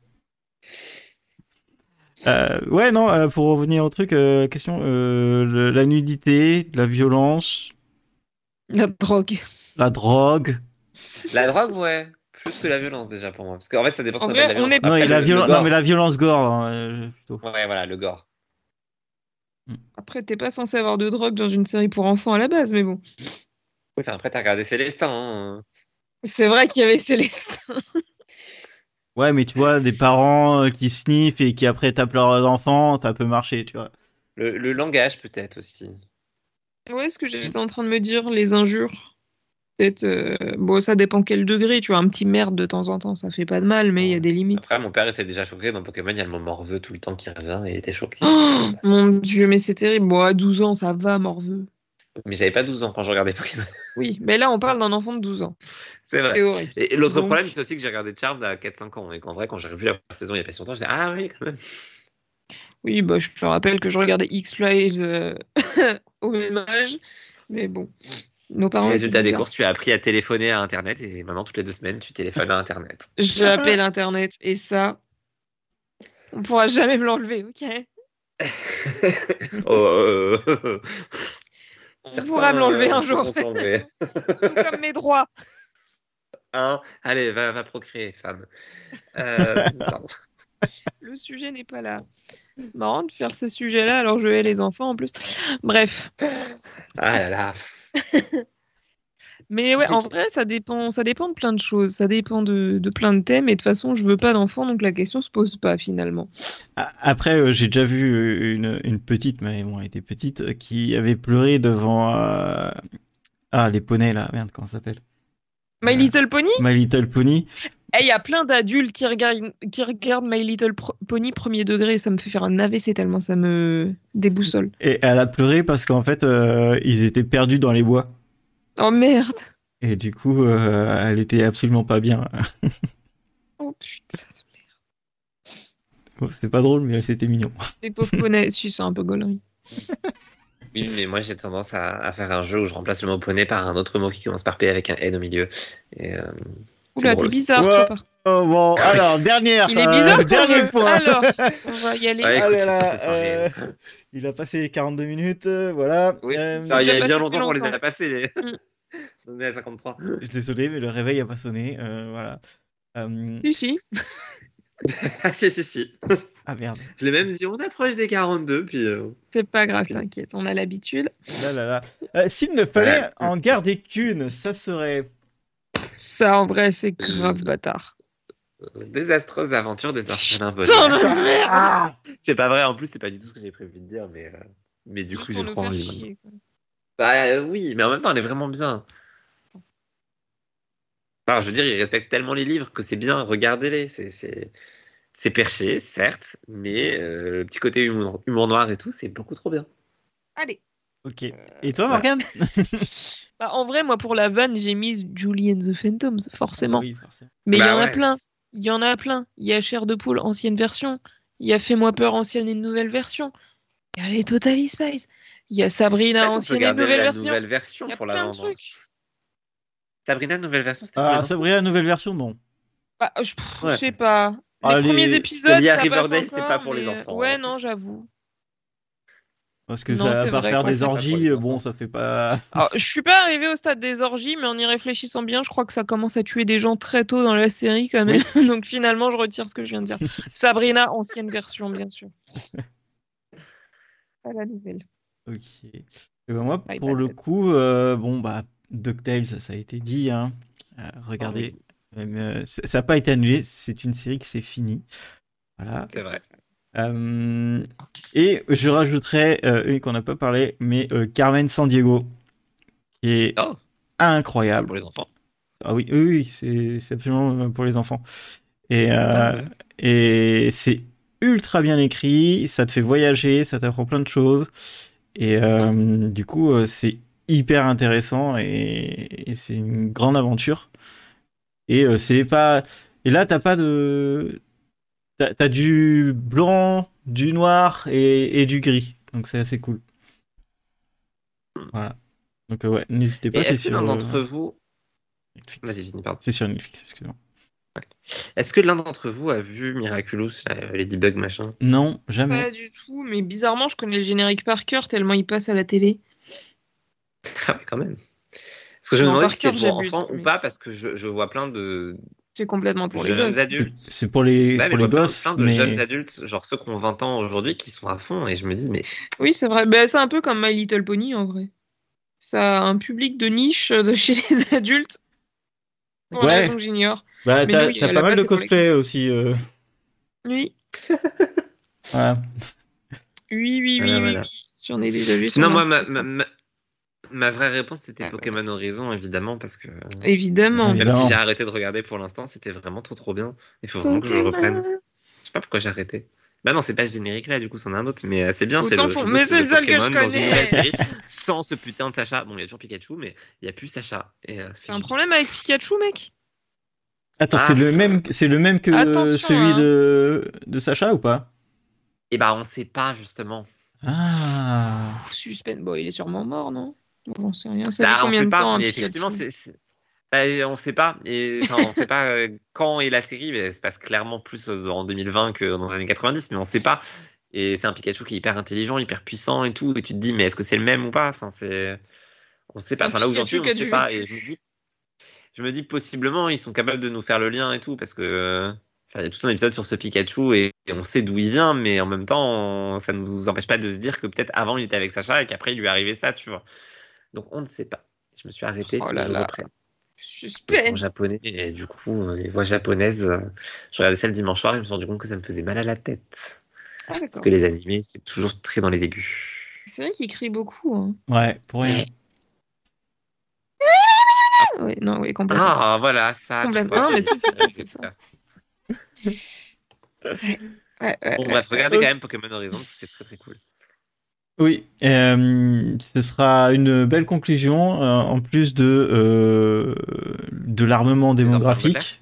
Ouais, non, pour revenir au truc, la question, la nudité, la violence, La drogue. la drogue. La drogue, ouais. Plus que la violence déjà pour moi. Parce qu'en fait, ça dépend En si vrai, t'appelles la on violence. est- Non, Après, et la le non, gore. mais la violence gore, hein, plutôt. Ouais, voilà, le gore. Après, t'es pas censé avoir de drogue dans une série pour enfants à la base, mais bon. Oui, enfin, après, t'as regardé Célestin. Hein. C'est vrai qu'il y avait Céleste. Ouais, mais tu vois, des parents qui sniffent et qui après tapent leurs enfants, ça peut marcher, tu vois. Le langage, peut-être aussi. Ouais, ce que j'étais en train de me dire, les injures. Peut-être. Bon, ça dépend quel degré. Tu vois, un petit merde de temps en temps, ça fait pas de mal, mais il y a des limites. Après, mon père était déjà choqué. Dans Pokémon, il y a le mot morveux tout le temps qui revient et il était choqué. Oh, mon Dieu, mais c'est terrible. Bon, à 12 ans, ça va, morveux. Mais j'avais pas 12 ans quand je regardais Pokémon. Oui, mais là, on parle d'un enfant de 12 ans. C'est vrai. C'est horrible. Et l'autre Donc- problème, c'est aussi que j'ai regardé Charmed à 4-5 ans. Et qu'en vrai, quand j'ai revu la première saison il y a pas si longtemps, je disais ah oui, quand même. Oui, bah, je te rappelle que je regardais X-Files au même âge. Mais bon, nos parents. Résultat étaient des bizarres. courses, tu as appris à téléphoner à Internet et maintenant, toutes les 2 semaines, tu téléphones à Internet. J'appelle Internet et ça, on pourra jamais me l'enlever, ok? Oh, On pourra me l'enlever un jour. pourront te l'enlever. Comme mes droits. Hein allez, va procréer, femme. Pardon. Le sujet n'est pas là. Marrant de faire ce sujet-là alors je hais les enfants en plus. Bref. Ah là là. Mais ouais, en vrai, ça dépend de plein de choses. Ça dépend de plein de thèmes. Et de toute façon, je veux pas d'enfants, donc la question se pose pas finalement. Après, j'ai déjà vu une petite, mais bon, elle était petite, qui avait pleuré devant Ah, les poneys, là. Merde, comment ça s'appelle? My Little Pony. My Little Pony. Il y a plein d'adultes qui regardent My Little Pony premier degré. Ça me fait faire un AVC tellement ça me déboussole. Et elle a pleuré parce qu'en fait, ils étaient perdus dans les bois. Oh merde. Et du coup, elle était absolument pas bien. Oh putain. Bon, c'est pas drôle, mais c'était mignon. Les pauvres poneys. Si, c'est un peu gaulerie. Oui, mais moi j'ai tendance à faire un jeu où je remplace le mot poney par un autre mot qui commence par P avec un N au milieu. Et, Oula, t'es bizarre, Ouais. toi, par contre. Oh, bon, alors, dernière. Il est bizarre, ton dernier jeu. point. Alors, on va y aller. Ouais, écoute, Allez, j'ai là, passé soirée. il a passé 42 minutes, voilà. Oui, c'est ça, il y déjà avait bien passé longtemps qu'on les longtemps. a passés. Les... Mm. On est à 53. Je suis désolé, mais le réveil a pas sonné, voilà. Si. Ah, si. Ah merde. Je l'ai même dit, on approche des 42, puis... C'est pas grave, t'inquiète, on a l'habitude. Là. S'il ne fallait Ouais. en garder qu'une, ça serait... Ça, en vrai, c'est grave bâtard. Désastreuse aventure des orphelins Putain bonheur. de merde. Ah C'est pas vrai, en plus, c'est pas du tout ce que j'ai prévu de dire, mais du coup, Juste j'ai pour trop nous envie. faire maintenant. chier, quoi. Bah oui, mais en même temps, elle est vraiment bien. Alors, je veux dire, ils respectent tellement les livres que c'est bien, regardez-les. C'est perché, certes, mais le petit côté humour noir et tout, c'est beaucoup trop bien. Allez. Ok. Et toi, Ouais. Morgane? Bah, en vrai, moi, pour la vanne, j'ai mis Julie and the Phantoms, forcément. Oui, forcément. Mais il y Bah en a ouais. plein. Il y en a plein. Il y a Chair de Poule, ancienne version. Il y a Fais-moi peur, ancienne et nouvelle version. Il y a les Totally Spies. Il y a Sabrina, En fait, on peut ancienne et garder nouvelle la version. nouvelle version Il y a pour plein la de vendre. trucs. Sabrina, nouvelle version, c'était pour les Ah, enfants. Sabrina, nouvelle version, non. Bah, je Ouais. sais pas. Les Ah, premiers épisodes, Celui à ça passe Riverdale, c'est encore, pas pour les mais- enfants, Ouais, hein. non, j'avoue. Parce que Non, ça, à c'est part vrai faire qu'en des fait- orgies, Pas pour les bon, enfants. ça fait pas... Alors, je suis pas arrivée au stade des orgies, mais en y réfléchissant bien, je crois que ça commence à tuer des gens très tôt dans la série quand même. Donc finalement, je retire ce que je viens de dire. Sabrina, ancienne version, bien sûr. Pas la nouvelle. Ok. Et ben moi, Bye pour bye, le let's coup, bon, bah, DuckTales, ça a été dit, hein. Regardez. Même, ça n'a pas été annulé, c'est une série qui s'est finie. Voilà. C'est vrai. Et je rajouterais une qu'on n'a pas parlé, mais Carmen Sandiego, qui est Oh, incroyable. pour les enfants. Ah oui, c'est absolument pour les enfants. Et, Ah ouais. et c'est ultra bien écrit, ça te fait voyager, ça t'apprend plein de choses. Et du coup, c'est hyper intéressant et c'est une grande aventure. Et c'est pas. Et là, t'as pas de. T'as du blanc, du noir et du gris. Donc c'est assez cool. Voilà. Donc ouais, n'hésitez Et pas, c'est est-ce que sur l'un d'entre vous... Netflix. Vas-y, finis, pardon. C'est sur Netflix, excusez-moi. Est-ce que l'un d'entre vous a vu Miraculous, là, Ladybug, machin? Non, jamais. Pas du tout, mais bizarrement, je connais le générique par cœur tellement il passe à la télé. Ah ouais, quand même. Parce que je me Non, demandais par si c'était cœur, pour j'abuse, enfants ou mais- pas, parce que je vois plein de C'est complètement pour les jeunes gosses. adultes. C'est pour les, Ouais, mais pour je les vois gosses, plein de mais. jeunes adultes, genre ceux qui ont 20 ans aujourd'hui, qui sont à fond, et je me dis, mais Oui, c'est vrai. Bah, c'est un peu comme My Little Pony en vrai. Ça a un public de niche de chez les adultes. Pour une Ouais. raison que j'ignore. Bah, Mais t'as oui, t'as à pas la mal base, de c'est pour les cosplay aussi. Oui, Voilà. oui. Voilà. J'en ai déjà vu. Sinon, sur moi, Insta. ma vraie réponse, c'était Ah, Pokémon Horizon, évidemment, parce que Évidemment. Oui. même Évidemment. si j'ai arrêté de regarder pour l'instant, c'était vraiment trop bien. Il faut vraiment que je le reprenne. Je sais pas pourquoi j'ai arrêté. Bah non, c'est pas ce générique-là, du coup, c'en est un autre, mais c'est bien, c'est Autant le pour- reboot mais c'est de le seul que Pokémon je dans une connais. nouvelle série, sans ce putain de Sacha. Bon, il y a toujours Pikachu, mais il y a plus Sacha. Et, ça fait T'as un du problème avec Pikachu, mec? Attends, Ah. c'est le même que Attention, celui hein. de Sacha ou pas? Et bah, on sait pas, justement. Ah. Suspense. Bon, il est sûrement mort, non? Bon, j'en sais rien. Ça Bah, fait on combien sait de pas, temps, un mais Pikachu? effectivement, bah, on sait pas. Et enfin, on sait pas quand est la série, mais elle se passe clairement plus en 2020 que dans les années 90, mais on sait pas. Et c'est un Pikachu qui est hyper intelligent, hyper puissant et tout. Et tu te dis, mais est-ce que c'est le même ou pas? Enfin, on sait pas. Un Enfin, là où j'en suis, Pikachu on qui a sait du pas. vécu. Et je me dis possiblement, ils sont capables de nous faire le lien et tout, parce que enfin, il y a tout un épisode sur ce Pikachu et on sait d'où il vient, mais en même temps, ça ne nous empêche pas de se dire que peut-être avant il était avec Sacha et qu'après il lui est arrivé ça, tu vois. Donc on ne sait pas. Je me suis arrêté, Oh faut que là je là. reprenne. En Suspense. japonais, et du coup, les voix japonaises, je regardais ça le dimanche soir et je me suis rendu compte que ça me faisait mal à la tête. Ah, Parce d'accord. que les animés, c'est toujours très dans les aigus. C'est vrai qu'il crie beaucoup. Hein. Ouais, pour rien. Oui, non, oui, complètement. Ah, voilà, ça. Complètement. Non, mais c'est ça. Bon, bref, regardez quand même Pokémon Horizon, c'est très très cool. Oui, ce sera une belle conclusion, en plus de l'armement démographique.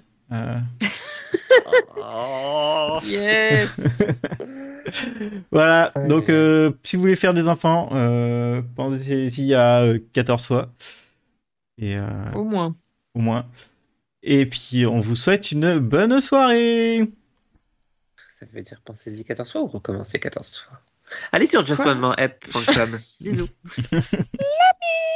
Yes. Voilà, donc si vous voulez faire des enfants, pensez-y à 14 fois. Et, Au moins. Et puis, on vous souhaite une bonne soirée. Ça veut dire pensez-y 14 fois ou recommencez 14 fois. Allez sur justonemanep.com. Bisous.